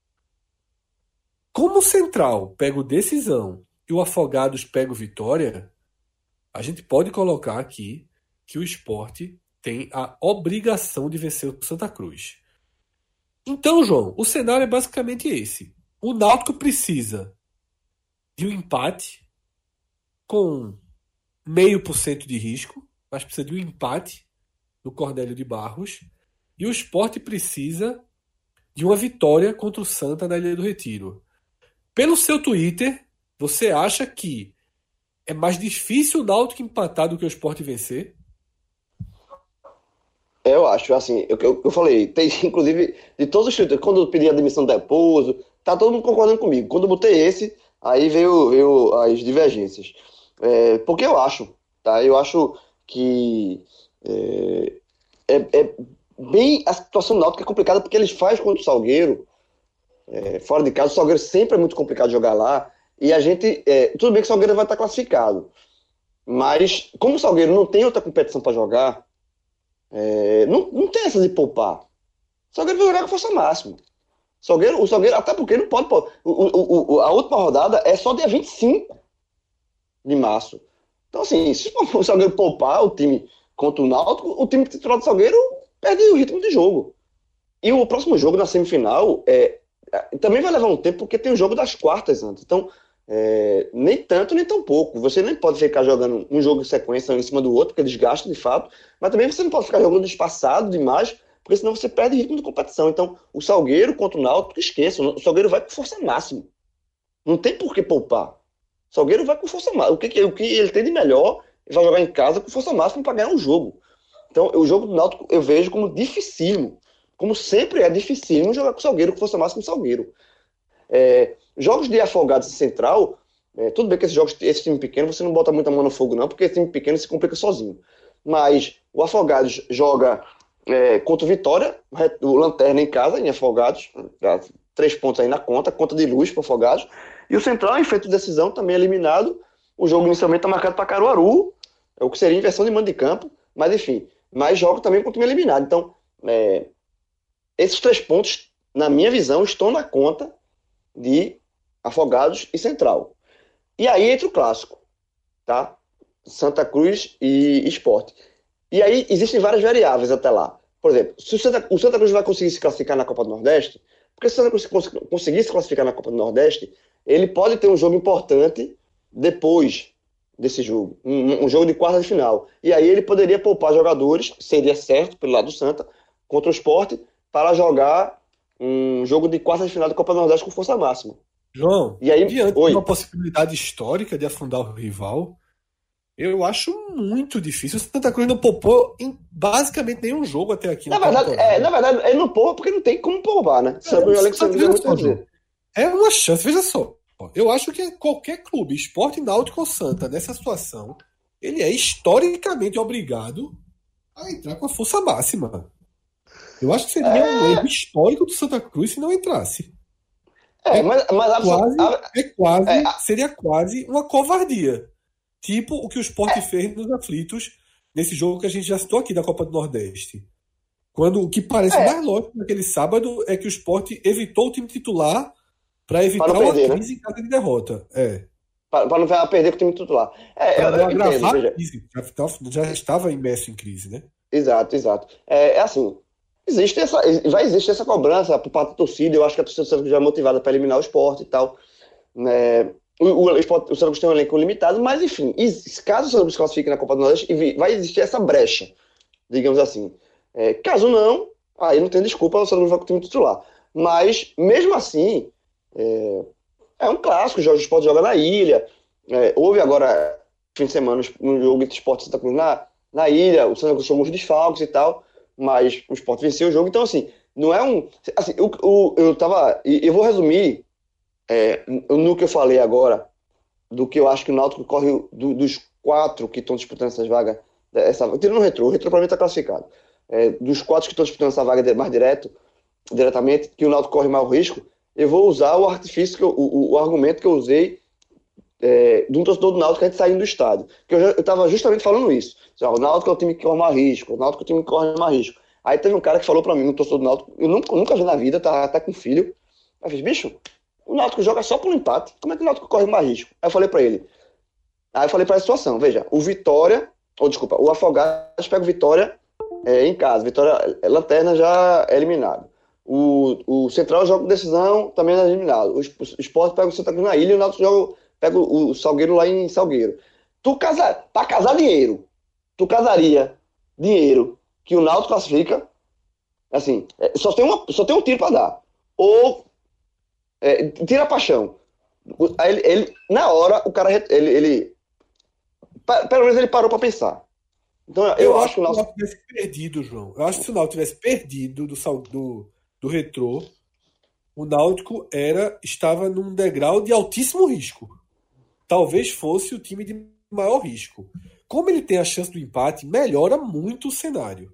Como o Central pega o Decisão e o Afogados pega o Vitória, a gente pode colocar aqui que o Sport tem a obrigação de vencer o Santa Cruz. Então, João, o cenário é basicamente esse. O Náutico precisa de um empate com 0,5% de risco, mas precisa de um empate no Cornélio de Barros, e o Sport precisa de uma vitória contra o Santa na Ilha do Retiro. Pelo seu Twitter, você acha que é mais difícil o Náutico empatar do que o Sport vencer? Eu acho, assim, eu falei, tem inclusive, de todos os chutes, quando eu pedi a demissão do Raposo, tá todo mundo concordando comigo. Quando eu botei esse, aí veio as divergências. Porque eu acho, tá? Eu acho que bem, a situação do Náutico é complicada porque eles fazem contra o Salgueiro, fora de casa. O Salgueiro sempre é muito complicado jogar lá, e a gente, tudo bem que o Salgueiro vai estar classificado, mas como o Salgueiro não tem outra competição para jogar, não tem essa de poupar. O Salgueiro vai jogar com força máxima. O Salgueiro, até porque não pode. A última rodada é só dia 25 de março. Então, assim, se o Salgueiro poupar o time contra o Náutico, o time titular do Salgueiro perde o ritmo de jogo. E o próximo jogo, na semifinal, também vai levar um tempo, porque tem o jogo das quartas antes. Então, nem tanto, nem tão pouco. Você nem pode ficar jogando um jogo em sequência em cima do outro, porque desgasta de fato, mas também você não pode ficar jogando espaçado demais, porque senão você perde ritmo de competição. Então, o Salgueiro contra o Náutico, esqueça, o Salgueiro vai com força máxima. Não tem por que poupar. O Salgueiro vai com força máxima. O que ele tem de melhor, ele vai jogar em casa com força máxima para ganhar um jogo. Então, o jogo do Náutico eu vejo como dificílimo. Como sempre é dificílimo jogar com o Salgueiro, com força máxima com o Salgueiro. Jogos de Afogados e Central, tudo bem que esse time pequeno você não bota muita mão no fogo não, porque esse time pequeno se complica sozinho. Mas o Afogados joga contra o Vitória, o Lanterna em casa, em Afogados, 3 pontos aí na conta de luz para o Afogados. E o Central, em feito de decisão, também eliminado. O jogo inicialmente está marcado para Caruaru, o que seria inversão de mando de campo, mas enfim. Mas joga também com o time eliminado. Então, esses 3 pontos, na minha visão, estão na conta de Afogados e Central. E aí entra o clássico, tá? Santa Cruz e Sport. E aí existem várias variáveis até lá. Por exemplo, se o Santa Cruz vai conseguir se classificar na Copa do Nordeste, porque se o Santa Cruz conseguir se classificar na Copa do Nordeste, ele pode ter um jogo importante depois desse jogo, um jogo de quarta de final. E aí ele poderia poupar jogadores, seria certo pelo lado do Santa, contra o Sport, para jogar um jogo de quarta de final da Copa do Nordeste com força máxima. João, e aí, diante de uma possibilidade histórica de afundar o rival, eu acho muito difícil. O Santa Cruz não poupou em basicamente nenhum jogo até aqui. Na verdade, ele não poupa porque não tem como poupar, né? É uma chance, veja só. Eu acho que qualquer clube, Sport, Náutico ou Santa, nessa situação, ele é historicamente obrigado a entrar com a força máxima. Eu acho que seria um erro histórico do Santa Cruz se não entrasse. Seria quase uma covardia. Tipo o que o Sport fez nos aflitos nesse jogo que a gente já citou aqui da Copa do Nordeste. Quando o que parece mais lógico naquele sábado é que o Sport evitou o time titular para evitar uma crise em caso de derrota. Para não perder com o time titular. Já estava imerso em crise, né? Exato. Assim, vai existir essa cobrança por parte da torcida. Eu acho que a torcida já é motivada para eliminar o Sport e tal. O Santa Cruz tem um elenco limitado, mas enfim, caso o Santa Cruz classifique na Copa do Nordeste, vai existir essa brecha, digamos assim. Caso não, aí não tem desculpa, o Santa Cruz vai com o time titular. Mas, mesmo assim, é um clássico, o Sport joga na ilha. Houve agora, fim de semana, um jogo entre Sport e Santa Cruz na ilha, o Santa Cruz chamou os desfalques e tal, mas o Sport venceu o jogo, então assim, não é um... Assim, eu vou resumir no que eu falei agora, do que eu acho que o Náutico corre dos 4 que estão disputando essas vagas, tirando o Retrô para mim está classificado, dos 4 que estão disputando essa vaga mais diretamente, que o Náutico corre maior risco, eu vou usar o artifício, o argumento que eu usei de um torcedor do Náutico que a gente saindo do estádio, que eu estava justamente falando isso. O Náutico é o time que corre mais risco, o Náutico é o time que corre mais risco. Aí teve um cara que falou para mim, um torcedor do Náutico, eu nunca vi na vida, tá com filho, eu fiz, bicho, o Náutico joga só por empate, como é que o Náutico corre mais risco? Aí eu falei para ele, a situação, veja, o Afogados pega o Vitória em casa. Vitória Lanterna já é eliminado. O Central joga com decisão, também é eliminado. O Sport pega o Santa Cruz na ilha e o Náutico pega o Salgueiro lá em Salgueiro. Pra casar dinheiro, tu casaria dinheiro que o Náutico classifica, assim, só tem um tiro pra dar. Ou tira a paixão. Ele, na hora, o cara, pelo menos ele parou pra pensar. Então eu acho que o Náutico tivesse perdido, João. Eu acho que se o Náutico tivesse perdido do Retrô, o Náutico estava num degrau de altíssimo risco. Talvez fosse o time de maior risco. Como ele tem a chance do empate, melhora muito o cenário.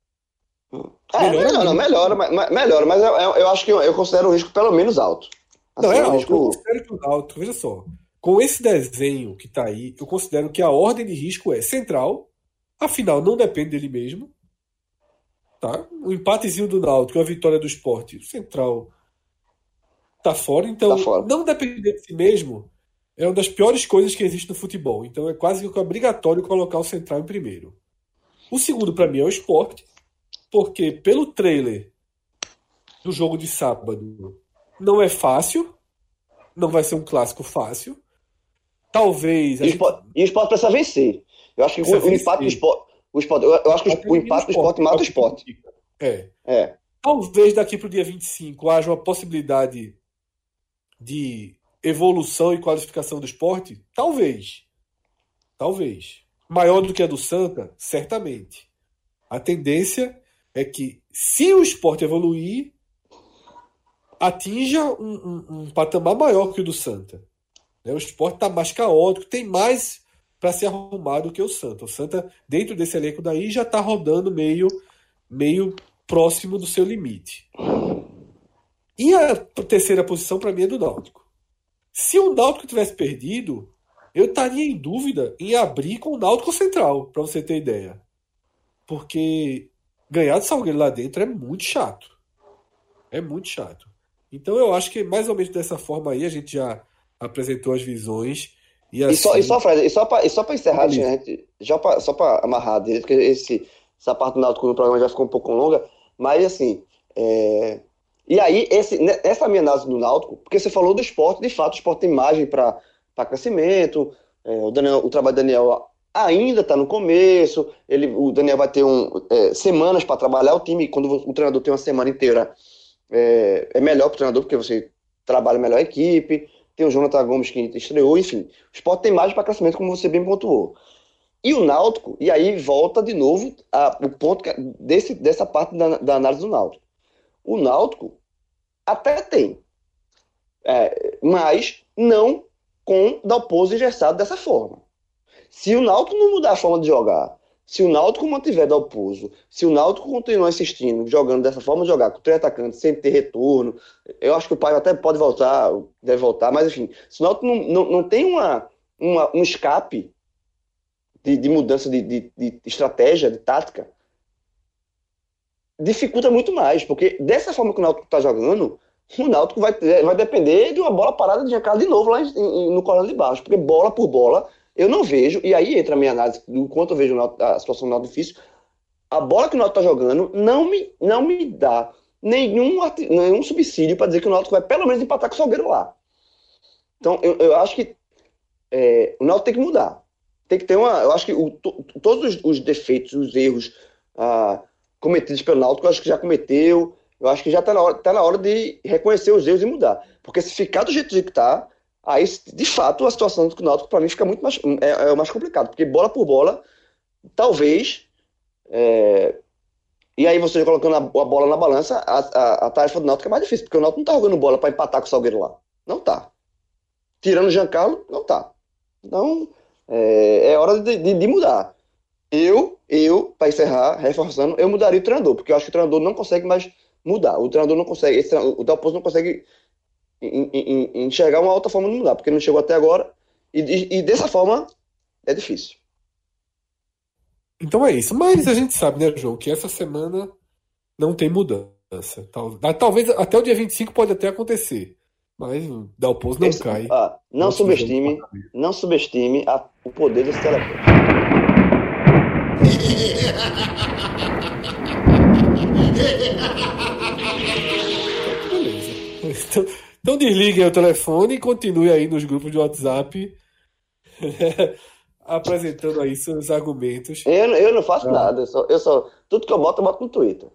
Melhora, mas eu acho que eu considero o risco pelo menos alto. Assim, não, é alto. Eu considero que o Náutico, veja só, com esse desenho que tá aí, eu considero que a ordem de risco é Central, afinal não depende dele mesmo, tá? O empatezinho do Náutico e a vitória do Sport, o Central tá fora, então não depender de si mesmo é uma das piores coisas que existe no futebol. Então é quase que obrigatório colocar o Central em primeiro. O segundo, para mim, é o Sport, porque pelo trailer do jogo de sábado não é fácil, não vai ser um clássico fácil. Talvez. E o Sport precisa vencer. Eu acho que o empate do Sport. Eu acho que o empate do Sport mata o Sport. Talvez daqui para o dia 25 haja uma possibilidade de evolução e qualificação do Sport? Talvez. Maior do que a do Santa? Certamente. A tendência é que, se o Sport evoluir, atinja um patamar maior que o do Santa. O Sport está mais caótico, tem mais para se arrumar do que o Santa. O Santa, dentro desse elenco daí, já está rodando meio próximo do seu limite. E a terceira posição, para mim, é do Náutico. Se o Náutico tivesse perdido, eu estaria em dúvida em abrir com o Náutico Central, para você ter ideia. Porque ganhar de Salgueiro lá dentro é muito chato. Então eu acho que mais ou menos dessa forma aí a gente já apresentou as visões. Fred, só para encerrar, gente, só para amarrar direito, porque essa parte do Náutico no programa já ficou um pouco longa, mas assim, e aí essa minha análise do Náutico, porque você falou do Sport, de fato o Sport tem margem para crescimento, o trabalho do Daniel ainda está no começo, o Daniel vai ter semanas para trabalhar o time, quando o treinador tem uma semana inteira, é melhor para o treinador, porque você trabalha melhor a equipe. Tem o Jonathan Gomes que estreou, enfim. O Sport tem margem para crescimento, como você bem pontuou. E o Náutico, e aí volta de novo o ponto dessa parte da análise do Náutico. O Náutico até tem, mas não com Dalpozo engessado dessa forma. Se o Náutico não mudar a forma de jogar, se o Náutico mantiver Dalpozo, se o Náutico continuar insistindo, jogando dessa forma de jogar, com 3 atacantes, sem ter retorno, eu acho que o Paiva até pode voltar, deve voltar, mas enfim, se o Náutico não tem um escape de mudança de estratégia, de tática, dificulta muito mais, porque dessa forma que o Náutico está jogando, o Náutico vai depender de uma bola parada de Giancarlo de novo lá no corredor de baixo, porque bola por bola eu não vejo, e aí entra a minha análise, enquanto eu vejo a situação do Náutico difícil, a bola que o Náutico está jogando não me dá nenhum subsídio para dizer que o Náutico vai pelo menos empatar com o Salgueiro lá. Então eu acho que o Náutico tem que mudar. Tem que ter eu acho que todos os defeitos, os erros cometidos pelo Náutico, eu acho que já cometeu. Eu acho que já está na hora de reconhecer os erros e mudar. Porque se ficar do jeito que está, aí, de fato, a situação do Náutico, para mim, fica muito mais complicado. Porque bola por bola, talvez... E aí você colocando a bola na balança, a tarefa do Náutico é mais difícil. Porque o Náutico não está jogando bola para empatar com o Salgueiro lá. Não tá. Tirando o Giancarlo, não tá. Então, é hora de mudar. Eu, para encerrar, reforçando, eu mudaria o treinador. Porque eu acho que o treinador não consegue mais mudar. O treinador não consegue... O Dalpozo não consegue... enxergar uma outra forma de mudar, porque não chegou até agora, e dessa forma é difícil. Então é isso, mas a gente sabe, né, João, que essa semana não tem mudança. Talvez até o dia 25 pode até acontecer, mas o Dalpozo não cai. Não subestime o poder desse telefone. Beleza. Então desliguem o telefone e continue aí nos grupos de WhatsApp apresentando aí seus argumentos. Eu não faço nada, tudo que eu boto no Twitter.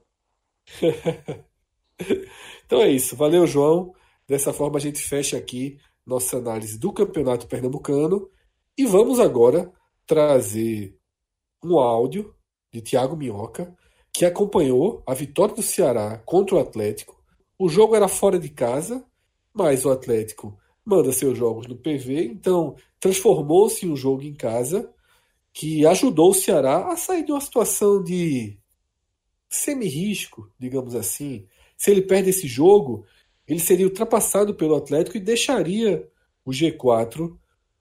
Então é isso. Valeu, João. Dessa forma a gente fecha aqui nossa análise do Campeonato Pernambucano e vamos agora trazer um áudio de Thiago Minhoca, que acompanhou a vitória do Ceará contra o Atlético. O jogo era fora de casa, mas o Atlético manda seus jogos no PV, então transformou-se em um jogo em casa que ajudou o Ceará a sair de uma situação de semi-risco, digamos assim. Se ele perde esse jogo, ele seria ultrapassado pelo Atlético e deixaria o G4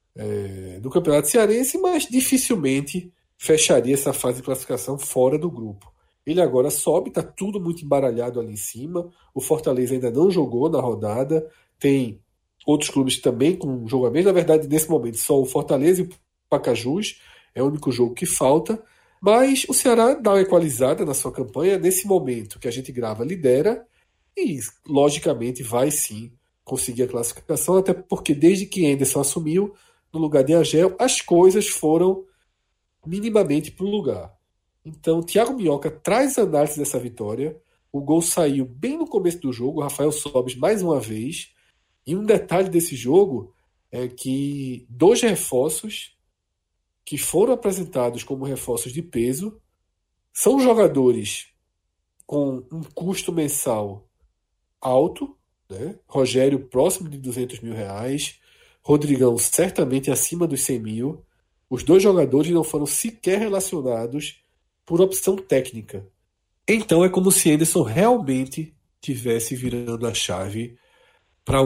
do Campeonato Cearense, mas dificilmente fecharia essa fase de classificação fora do grupo. Ele agora sobe, está tudo muito embaralhado ali em cima. O Fortaleza ainda não jogou na rodada. Tem outros clubes também com jogamento. Na verdade, nesse momento, só o Fortaleza e o Pacajus é o único jogo que falta. Mas o Ceará dá uma equalizada na sua campanha. Nesse momento que a gente grava, lidera. E, logicamente, vai sim conseguir a classificação. Até porque, desde que Henderson assumiu, no lugar de Agel, as coisas foram minimamente para o lugar. Então, Thiago Minhoca traz análise dessa vitória. O gol saiu bem no começo do jogo, o Rafael Sobis mais uma vez. E um detalhe desse jogo é que 2 reforços que foram apresentados como reforços de peso são jogadores com um custo mensal alto, né? Rogério próximo de R$200 mil, Rodrigão certamente acima dos 100 mil. Os 2 jogadores não foram sequer relacionados por opção técnica. Então é como se Henderson realmente tivesse virando a chave para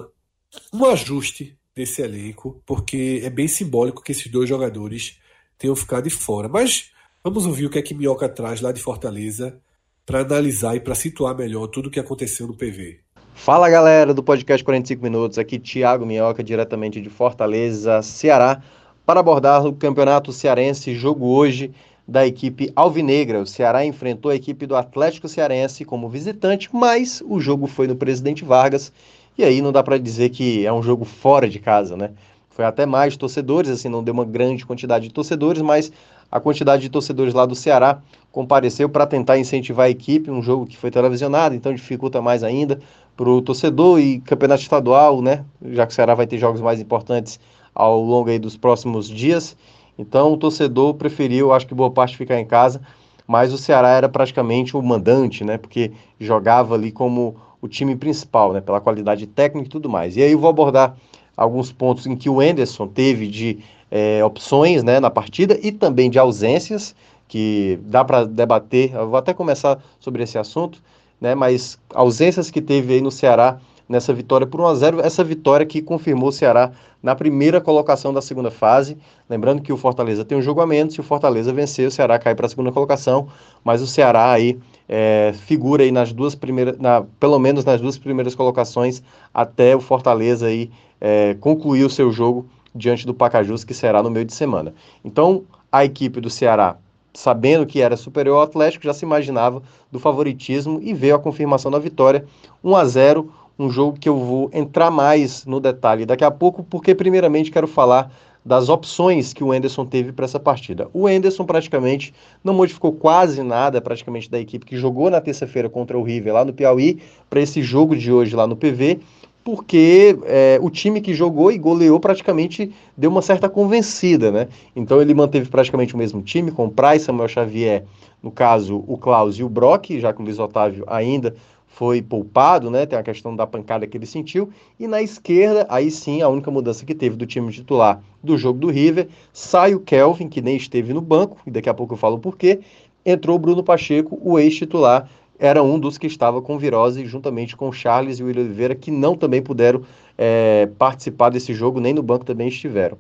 um ajuste desse elenco, porque é bem simbólico que esses 2 jogadores tenham ficado de fora. Mas vamos ouvir o que é que Minhoca traz lá de Fortaleza para analisar e para situar melhor tudo o que aconteceu no PV. Fala galera do podcast 45 Minutos, aqui Thiago Minhoca, diretamente de Fortaleza, Ceará, para abordar o Campeonato Cearense, jogo hoje da equipe alvinegra. O Ceará enfrentou a equipe do Atlético Cearense como visitante, mas o jogo foi no Presidente Vargas, e aí não dá para dizer que é um jogo fora de casa, né? Foi até mais torcedores, assim, não deu uma grande quantidade de torcedores, mas a quantidade de torcedores lá do Ceará compareceu para tentar incentivar a equipe, um jogo que foi televisionado, então dificulta mais ainda para o torcedor. E campeonato estadual, né? Já que o Ceará vai ter jogos mais importantes ao longo aí dos próximos dias, então o torcedor preferiu, acho que boa parte, ficar em casa, mas o Ceará era praticamente o mandante, né? Porque jogava ali como o time principal, né? Pela qualidade técnica e tudo mais. E aí eu vou abordar alguns pontos em que o Henderson teve de opções, né, na partida e também de ausências, que dá para debater. Eu vou até começar sobre esse assunto, né? Mas ausências que teve aí no Ceará nessa vitória por 1-0, essa vitória que confirmou o Ceará na primeira colocação da segunda fase. Lembrando que o Fortaleza tem um jogo a menos, se o Fortaleza vencer, o Ceará cai para a segunda colocação, mas o Ceará aí figura aí nas 2 primeiras, pelo menos nas 2 primeiras colocações, até o Fortaleza aí concluir o seu jogo diante do Pacajus, que será no meio de semana. Então, a equipe do Ceará, sabendo que era superior ao Atlético, já se imaginava do favoritismo e veio a confirmação da vitória, 1-0, um jogo que eu vou entrar mais no detalhe daqui a pouco, porque primeiramente quero falar das opções que o Henderson teve para essa partida. O Henderson praticamente não modificou quase nada praticamente da equipe que jogou na terça-feira contra o River lá no Piauí, para esse jogo de hoje lá no PV, porque o time que jogou e goleou praticamente deu uma certa convencida, né? Então ele manteve praticamente o mesmo time, com o Praz, Samuel Xavier, no caso o Klaus e o Brock, já que o Luiz Otávio ainda foi poupado, né? Tem a questão da pancada que ele sentiu. E na esquerda, aí sim, a única mudança que teve do time titular do jogo do River, sai o Kelvin, que nem esteve no banco, e daqui a pouco eu falo o porquê, entrou o Bruno Pacheco, o ex-titular, era um dos que estava com virose, juntamente com o Charles e o Willian Oliveira, que não também puderam participar desse jogo, nem no banco também estiveram.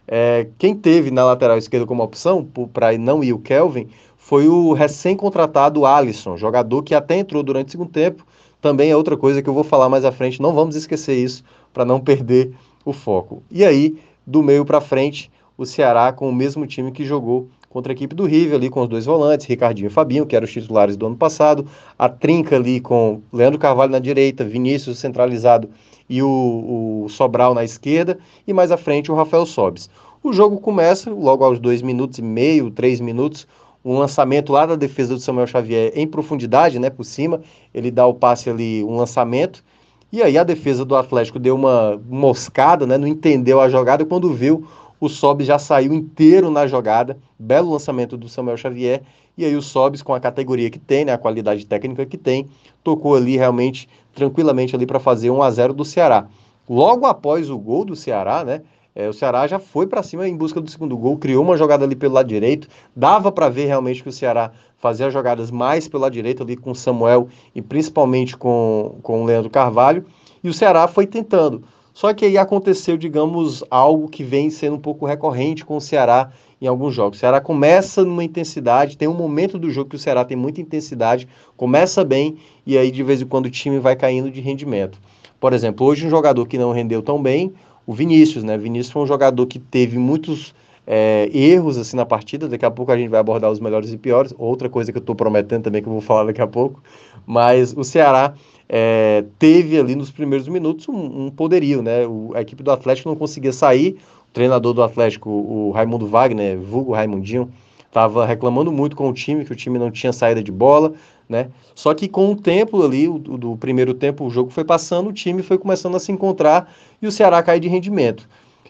Quem teve na lateral esquerda como opção, para não ir o Kelvin, foi o recém-contratado Alisson, jogador que até entrou durante o segundo tempo. Também é outra coisa que eu vou falar mais à frente, não vamos esquecer isso, para não perder o foco. E aí, do meio para frente, o Ceará com o mesmo time que jogou contra a equipe do River, ali com os dois volantes, Ricardinho e Fabinho, que eram os titulares do ano passado, a trinca ali com Leandro Carvalho na direita, Vinícius centralizado e o Sobral na esquerda, e mais à frente o Rafael Sobis. O jogo começa logo aos 2 minutos e meio, 3 minutos, um lançamento lá da defesa do Samuel Xavier em profundidade, né, por cima, ele dá o passe ali, um lançamento, e aí a defesa do Atlético deu uma moscada, né, não entendeu a jogada, quando viu, o Sobis já saiu inteiro na jogada, belo lançamento do Samuel Xavier, e aí o Sobis, com a categoria que tem, né, a qualidade técnica que tem, tocou ali realmente, tranquilamente ali para fazer 1-0 do Ceará. Logo após o gol do Ceará, né, o Ceará já foi para cima em busca do segundo gol, criou uma jogada ali pelo lado direito, dava para ver realmente que o Ceará fazia jogadas mais pelo lado direito ali com o Samuel e principalmente com o Leandro Carvalho, e o Ceará foi tentando. Só que aí aconteceu, digamos, algo que vem sendo um pouco recorrente com o Ceará em alguns jogos. O Ceará começa numa intensidade, tem um momento do jogo que o Ceará tem muita intensidade, começa bem e aí de vez em quando o time vai caindo de rendimento. Por exemplo, hoje um jogador que não rendeu tão bem, o Vinícius, né? Vinícius foi um jogador que teve muitos erros assim na partida. Daqui a pouco a gente vai abordar os melhores e piores. Outra coisa que eu estou prometendo também, que eu vou falar daqui a pouco. Mas o Ceará teve ali nos primeiros minutos um poderio, né? A equipe do Atlético não conseguia sair. O treinador do Atlético, o Raimundo Wagner, vulgo Raimundinho, estava reclamando muito com o time, que o time não tinha saída de bola, né? Só que com o tempo ali, do primeiro tempo, o jogo foi passando, o time foi começando a se encontrar e o Ceará caiu de rendimento.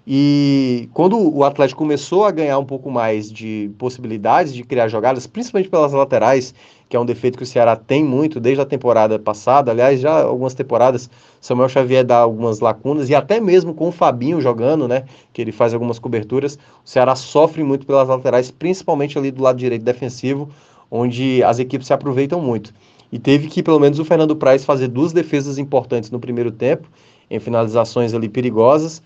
E quando o Atlético começou a ganhar um pouco mais de possibilidades de criar jogadas, principalmente pelas laterais, que é um defeito que o Ceará tem muito desde a temporada passada, aliás, já algumas temporadas, Samuel Xavier dá algumas lacunas, e até mesmo com o Fabinho jogando, né, que ele faz algumas coberturas, o Ceará sofre muito pelas laterais, principalmente ali do lado direito defensivo, onde as equipes se aproveitam muito. E teve que, pelo menos, o Fernando Praz fazer 2 defesas importantes no primeiro tempo, em finalizações ali perigosas,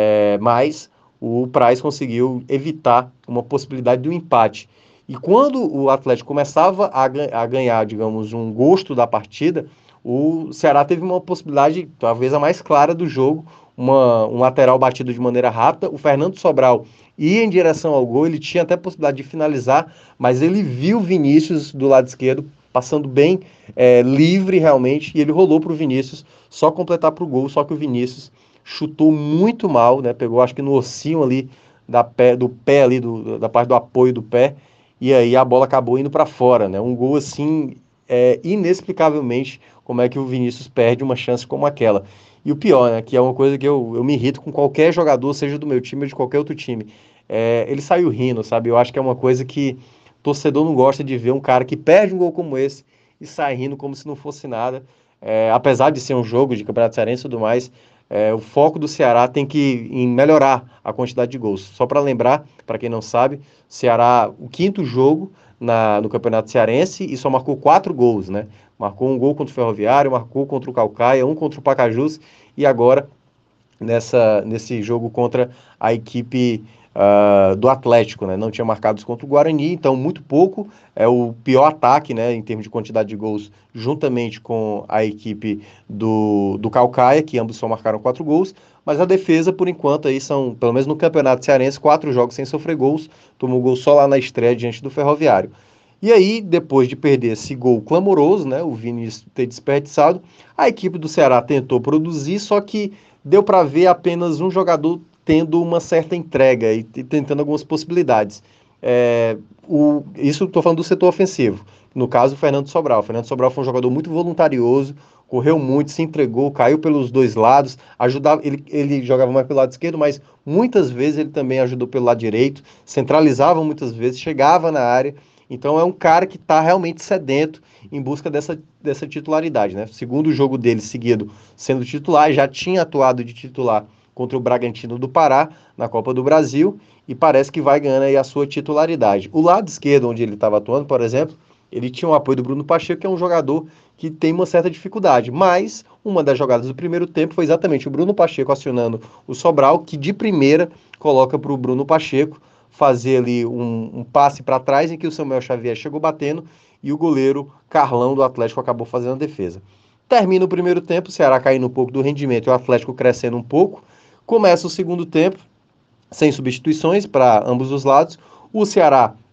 mas o Praz conseguiu evitar uma possibilidade do empate. E quando o Atlético começava a ganhar, digamos, um gosto da partida, o Ceará teve uma possibilidade, talvez a mais clara do jogo, um lateral batido de maneira rápida, o Fernando Sobral ia em direção ao gol, ele tinha até possibilidade de finalizar, mas ele viu o Vinícius do lado esquerdo, passando bem livre realmente, e ele rolou para o Vinícius só completar para o gol, só que o Vinícius chutou muito mal, né? Pegou acho que no ossinho ali do pé ali, da parte do apoio do pé, e aí a bola acabou indo para fora, né? Um gol assim, inexplicavelmente, como é que o Vinícius perde uma chance como aquela. E o pior, né, que é uma coisa que eu me irrito com qualquer jogador, seja do meu time ou de qualquer outro time, ele saiu rindo, sabe? Eu acho que é uma coisa que torcedor não gosta de ver um cara que perde um gol como esse e sai rindo como se não fosse nada. Apesar de ser um jogo de Campeonato Cearense e tudo mais, o foco do Ceará tem que ir em melhorar a quantidade de gols. Só para lembrar, para quem não sabe, Ceará, o 5º jogo no Campeonato Cearense e só marcou 4 gols, né? Marcou um gol contra o Ferroviário, marcou contra o Caucaia, um contra o Pacajus e agora nesse jogo contra a equipe do Atlético, né? Não tinha marcados contra o Guarani, então muito pouco, é o pior ataque, né, em termos de quantidade de gols, juntamente com a equipe do Caucaia, que ambos só marcaram 4 gols, mas a defesa, por enquanto, aí são, pelo menos no Campeonato Cearense, 4 jogos sem sofrer gols, tomou gol só lá na estreia diante do Ferroviário. E aí, depois de perder esse gol clamoroso, né, o Vinícius ter desperdiçado, a equipe do Ceará tentou produzir, só que deu para ver apenas um jogador tendo uma certa entrega e tentando algumas possibilidades. Isso estou falando do setor ofensivo. No caso, o Fernando Sobral. O Fernando Sobral foi um jogador muito voluntarioso, correu muito, se entregou, caiu pelos dois lados, ajudava, ele jogava mais pelo lado esquerdo, mas muitas vezes ele também ajudou pelo lado direito, centralizava muitas vezes, chegava na área. Então é um cara que está realmente sedento em busca dessa titularidade, né? Segundo jogo dele seguido sendo titular, já tinha atuado de titular contra o Bragantino do Pará na Copa do Brasil e parece que vai ganhando aí a sua titularidade. O lado esquerdo, onde ele estava atuando, por exemplo, ele tinha o apoio do Bruno Pacheco, que é um jogador que tem uma certa dificuldade, mas uma das jogadas do primeiro tempo foi exatamente o Bruno Pacheco acionando o Sobral, que de primeira coloca para o Bruno Pacheco fazer ali um passe para trás em que o Samuel Xavier chegou batendo e o goleiro Carlão do Atlético acabou fazendo a defesa. Termina o primeiro tempo, o Ceará caindo um pouco do rendimento e o Atlético crescendo um pouco. Começa o segundo tempo, sem substituições para ambos os lados. O Ceará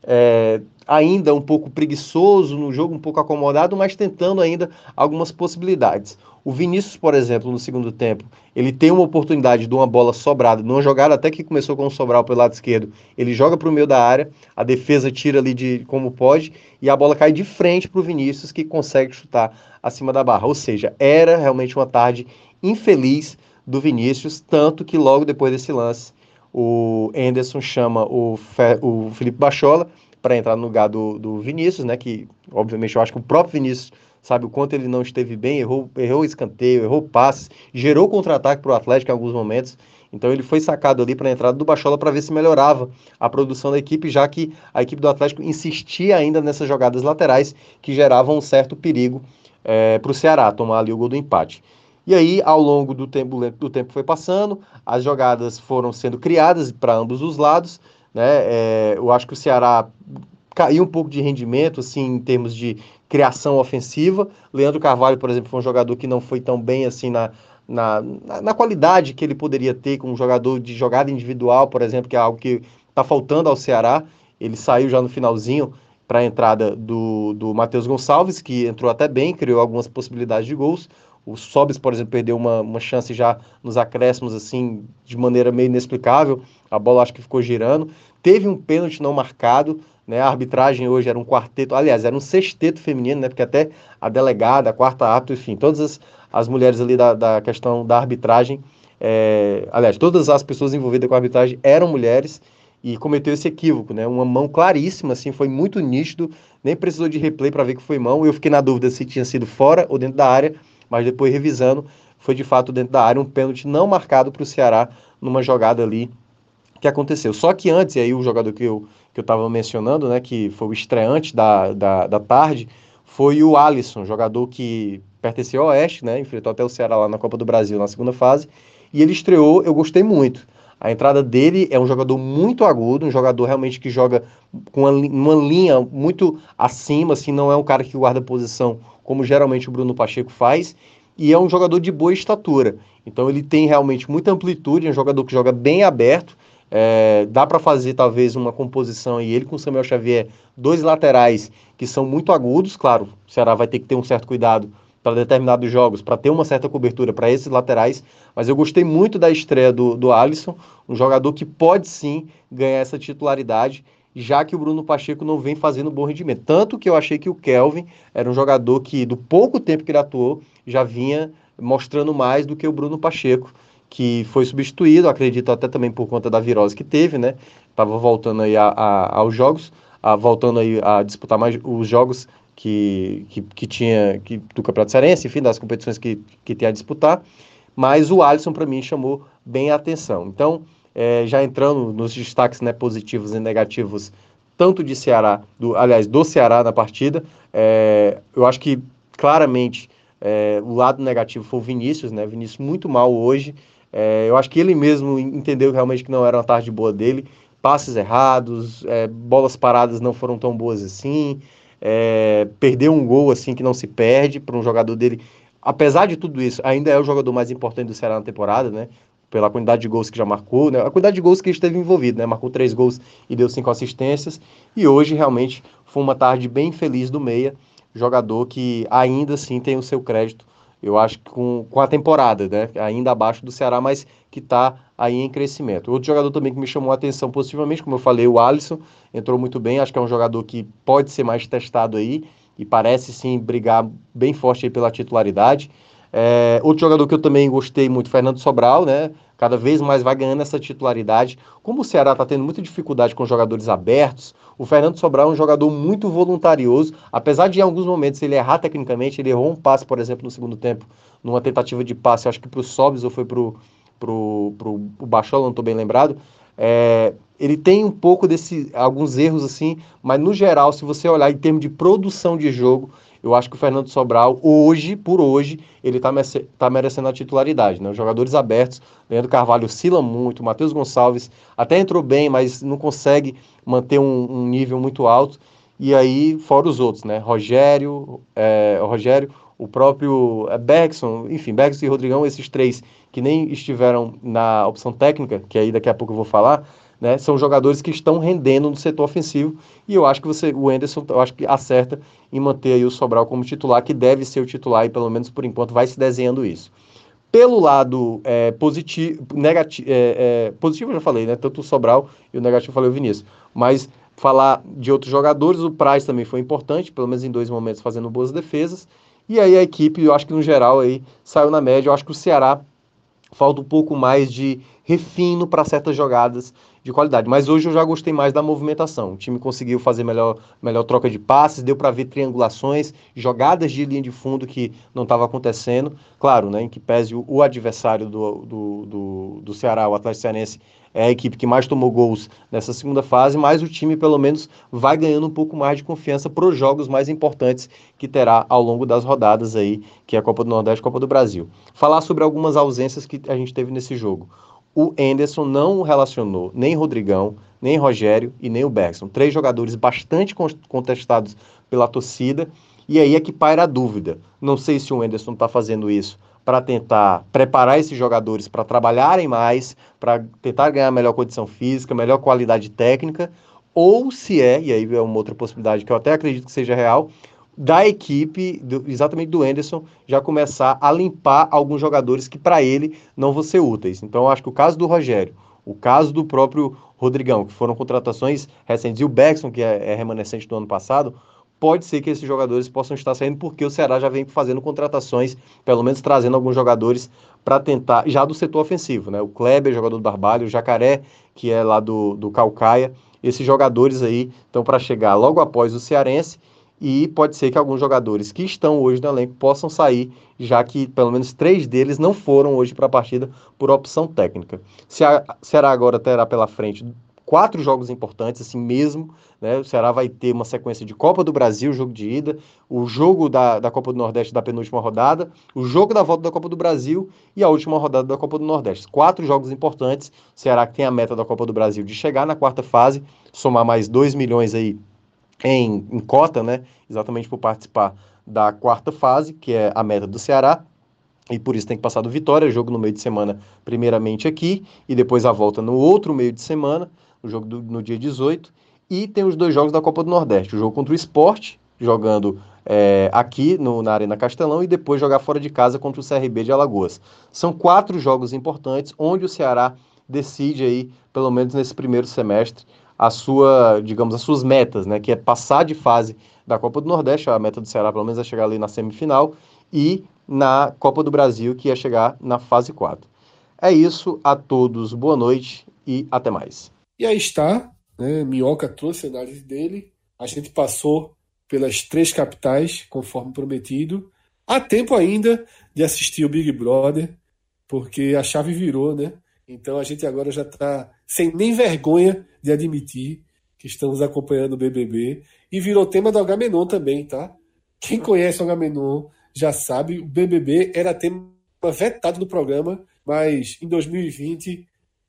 ainda um pouco preguiçoso no jogo, um pouco acomodado, mas tentando ainda algumas possibilidades. O Vinícius, por exemplo, no segundo tempo, ele tem uma oportunidade de uma bola sobrada, numa jogada até que começou com o Sobral pelo lado esquerdo, ele joga para o meio da área, a defesa tira ali de como pode, e a bola cai de frente para o Vinícius, que consegue chutar acima da barra. Ou seja, era realmente uma tarde infeliz do Vinícius, tanto que logo depois desse lance, o Anderson chama o Felipe Bachola para entrar no lugar do Vinícius, né? Que, obviamente, eu acho que o próprio Vinícius sabe o quanto ele não esteve bem, errou escanteio, errou passes, gerou contra-ataque para o Atlético em alguns momentos. Então ele foi sacado ali para a entrada do Bachola para ver se melhorava a produção da equipe, já que a equipe do Atlético insistia ainda nessas jogadas laterais que geravam um certo perigo para o Ceará tomar ali o gol do empate. E aí, ao longo do tempo foi passando, as jogadas foram sendo criadas para ambos os lados, né? Eu acho que o Ceará caiu um pouco de rendimento, assim, em termos de criação ofensiva. Leandro Carvalho, por exemplo, foi um jogador que não foi tão bem, assim, na qualidade que ele poderia ter com um jogador de jogada individual, por exemplo, que é algo que está faltando ao Ceará. Ele saiu já no finalzinho para a entrada do Matheus Gonçalves, que entrou até bem, criou algumas possibilidades de gols. O Sobis, por exemplo, perdeu uma chance já nos acréscimos, assim, de maneira meio inexplicável. A bola acho que ficou girando. Teve um pênalti não marcado, né? A arbitragem hoje era um quarteto, aliás, era um sexteto feminino, né? Porque até a delegada, a quarta árbitro, enfim, todas as mulheres ali da questão da arbitragem, aliás, todas as pessoas envolvidas com a arbitragem eram mulheres e cometeu esse equívoco, né? Uma mão claríssima, assim, foi muito nítido, nem precisou de replay para ver que foi mão. Eu fiquei na dúvida se tinha sido fora ou dentro da área, mas depois revisando, foi de fato dentro da área, um pênalti não marcado para o Ceará numa jogada ali que aconteceu. Só que antes, e aí o jogador que eu estava mencionando, né, que foi o estreante da tarde, foi o Alisson, jogador que pertenceu ao Oeste, né, enfrentou até o Ceará lá na Copa do Brasil na segunda fase, e ele estreou, eu gostei muito. A entrada dele é um jogador muito agudo, um jogador realmente que joga com uma linha muito acima, assim, não é um cara que guarda posição como geralmente o Bruno Pacheco faz, e é um jogador de boa estatura. Então ele tem realmente muita amplitude, é um jogador que joga bem aberto, dá para fazer talvez uma composição e ele com o Samuel Xavier, dois laterais que são muito agudos, claro, o Ceará vai ter que ter um certo cuidado para determinados jogos, para ter uma certa cobertura para esses laterais, mas eu gostei muito da estreia do Alisson, um jogador que pode sim ganhar essa titularidade, já que o Bruno Pacheco não vem fazendo bom rendimento. Tanto que eu achei que o Kelvin era um jogador que, do pouco tempo que ele atuou, já vinha mostrando mais do que o Bruno Pacheco, que foi substituído, acredito até também por conta da virose que teve, né? Estava voltando aí aos jogos, voltando aí a disputar mais os jogos que tinha do Campeonato Cearense, enfim, das competições que tinha a disputar, mas o Alisson para mim chamou bem a atenção. Então, já entrando nos destaques, né, positivos e negativos, tanto de Ceará, do Ceará na partida, eu acho que claramente o lado negativo foi o Vinícius, né? Vinícius muito mal hoje. Eu acho que ele mesmo entendeu realmente que não era uma tarde boa dele. Passes errados, bolas paradas não foram tão boas assim. Perdeu um gol assim que não se perde para um jogador dele. Apesar de tudo isso, ainda é o jogador mais importante do Ceará na temporada, né? Pela quantidade de gols que já marcou, né? A quantidade de gols que ele esteve envolvido, né? Marcou 3 gols e deu 5 assistências. E hoje realmente foi uma tarde bem feliz do Meia, jogador que ainda assim tem o seu crédito, eu acho que com a temporada, né? Ainda abaixo do Ceará, mas que está aí em crescimento. Outro jogador também que me chamou a atenção positivamente, como eu falei, o Alisson, entrou muito bem, acho que é um jogador que pode ser mais testado aí, e parece sim brigar bem forte aí pela titularidade. Outro jogador que eu também gostei muito, Fernando Sobral, né? Cada vez mais vai ganhando essa titularidade. Como o Ceará está tendo muita dificuldade com jogadores abertos, o Fernando Sobral é um jogador muito voluntarioso, apesar de em alguns momentos ele errar tecnicamente, ele errou um passe, por exemplo, no segundo tempo, numa tentativa de passe, acho que para o Sobis ou foi para o Bachola, não estou bem lembrado. Ele tem um pouco alguns erros assim, mas no geral, se você olhar em termos de produção de jogo, eu acho que o Fernando Sobral, por hoje, ele tá merecendo a titularidade, né? Os jogadores abertos, Leandro Carvalho oscila muito, o Matheus Gonçalves até entrou bem, mas não consegue manter um nível muito alto. E aí, fora os outros, né? Rogério, o próprio Bergson, enfim, Bergson e Rodrigão, esses três que nem estiveram na opção técnica, que aí daqui a pouco eu vou falar, né? São jogadores que estão rendendo no setor ofensivo, e eu acho que o Anderson, eu acho que acerta em manter aí o Sobral como titular, que deve ser o titular, e pelo menos por enquanto vai se desenhando isso. Pelo lado positivo, positivo eu já falei, né? Tanto o Sobral e o negativo eu falei o Vinícius. Mas falar de outros jogadores, o Praz também foi importante, pelo menos em 2 momentos fazendo boas defesas. E aí a equipe, eu acho que no geral aí saiu na média. Eu acho que o Ceará falta um pouco mais de refino para certas jogadas de qualidade. Mas hoje eu já gostei mais da movimentação. O time conseguiu fazer melhor troca de passes, deu para ver triangulações, jogadas de linha de fundo que não estava acontecendo. Claro, né, em que pese o adversário do Ceará, o Atlético Cearense, é a equipe que mais tomou gols nessa segunda fase, mas o time pelo menos vai ganhando um pouco mais de confiança para os jogos mais importantes que terá ao longo das rodadas aí, que é a Copa do Nordeste e a Copa do Brasil. Falar sobre algumas ausências que a gente teve nesse jogo. O Anderson não relacionou nem Rodrigão, nem Rogério e nem o Bergson. 3 jogadores bastante contestados pela torcida, e aí é que paira a dúvida. Não sei se o Anderson está fazendo isso para tentar preparar esses jogadores para trabalharem mais, para tentar ganhar melhor condição física, melhor qualidade técnica, ou se e aí é uma outra possibilidade que eu até acredito que seja real, da equipe, exatamente do Anderson, já começar a limpar alguns jogadores que para ele não vão ser úteis. Então eu acho que o caso do Rogério, o caso do próprio Rodrigão, que foram contratações recentes, e o Bergson, que é remanescente do ano passado, pode ser que esses jogadores possam estar saindo, porque o Ceará já vem fazendo contratações, pelo menos trazendo alguns jogadores para tentar, já do setor ofensivo, né? O Kleber, jogador do Barbalho, o Jacaré, que é lá do Caucaia. Esses jogadores aí estão para chegar logo após o Cearense, e pode ser que alguns jogadores que estão hoje no elenco possam sair, já que pelo menos 3 deles não foram hoje para a partida por opção técnica. Ceará agora terá pela frente 4 jogos importantes, assim mesmo, né? O Ceará vai ter uma sequência de Copa do Brasil, jogo de ida, o jogo da Copa do Nordeste da penúltima rodada, o jogo da volta da Copa do Brasil e a última rodada da Copa do Nordeste. 4 jogos importantes. O Ceará que tem a meta da Copa do Brasil de chegar na 4ª fase, somar mais 2 milhões aí em cota, né? Exatamente por participar da 4ª fase, que é a meta do Ceará. E por isso tem que passar do Vitória, jogo no meio de semana, primeiramente aqui, e depois a volta no outro meio de semana, o jogo no dia 18, e tem os 2 jogos da Copa do Nordeste, o jogo contra o Sport, jogando aqui na Arena Castelão, e depois jogar fora de casa contra o CRB de Alagoas. São 4 jogos importantes, onde o Ceará decide aí, pelo menos nesse primeiro semestre, as suas metas, né, que é passar de fase da Copa do Nordeste, a meta do Ceará pelo menos é chegar ali na semifinal, e na Copa do Brasil, que é chegar na fase 4. É isso, a todos, boa noite e até mais. E aí está, né, Minhoca trouxe a análise dele, a gente passou pelas 3 capitais, conforme prometido, há tempo ainda de assistir o Big Brother, porque a chave virou, né? Então a gente agora já está sem nem vergonha de admitir que estamos acompanhando o BBB, e virou tema do Agamenon também, tá? Quem conhece o Agamenon já sabe, o BBB era tema vetado no programa, mas em 2020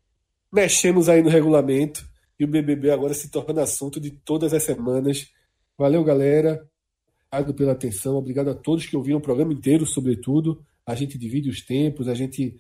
mexemos aí no regulamento e o BBB agora se torna assunto de todas as semanas. Valeu, galera. Obrigado pela atenção, obrigado a todos que ouviram o programa inteiro, sobretudo. A gente divide os tempos, a gente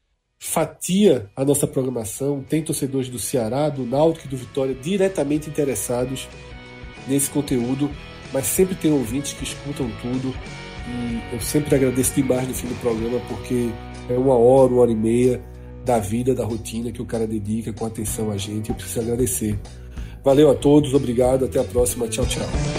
fatia a nossa programação. Tem torcedores do Ceará, do Náutico e do Vitória diretamente interessados nesse conteúdo, mas sempre tem ouvintes que escutam tudo, e eu sempre agradeço demais no fim do programa, porque é 1 hora e meia da vida, da rotina que o cara dedica com atenção a gente. Eu preciso agradecer. Valeu a todos, obrigado, até a próxima, tchau, tchau.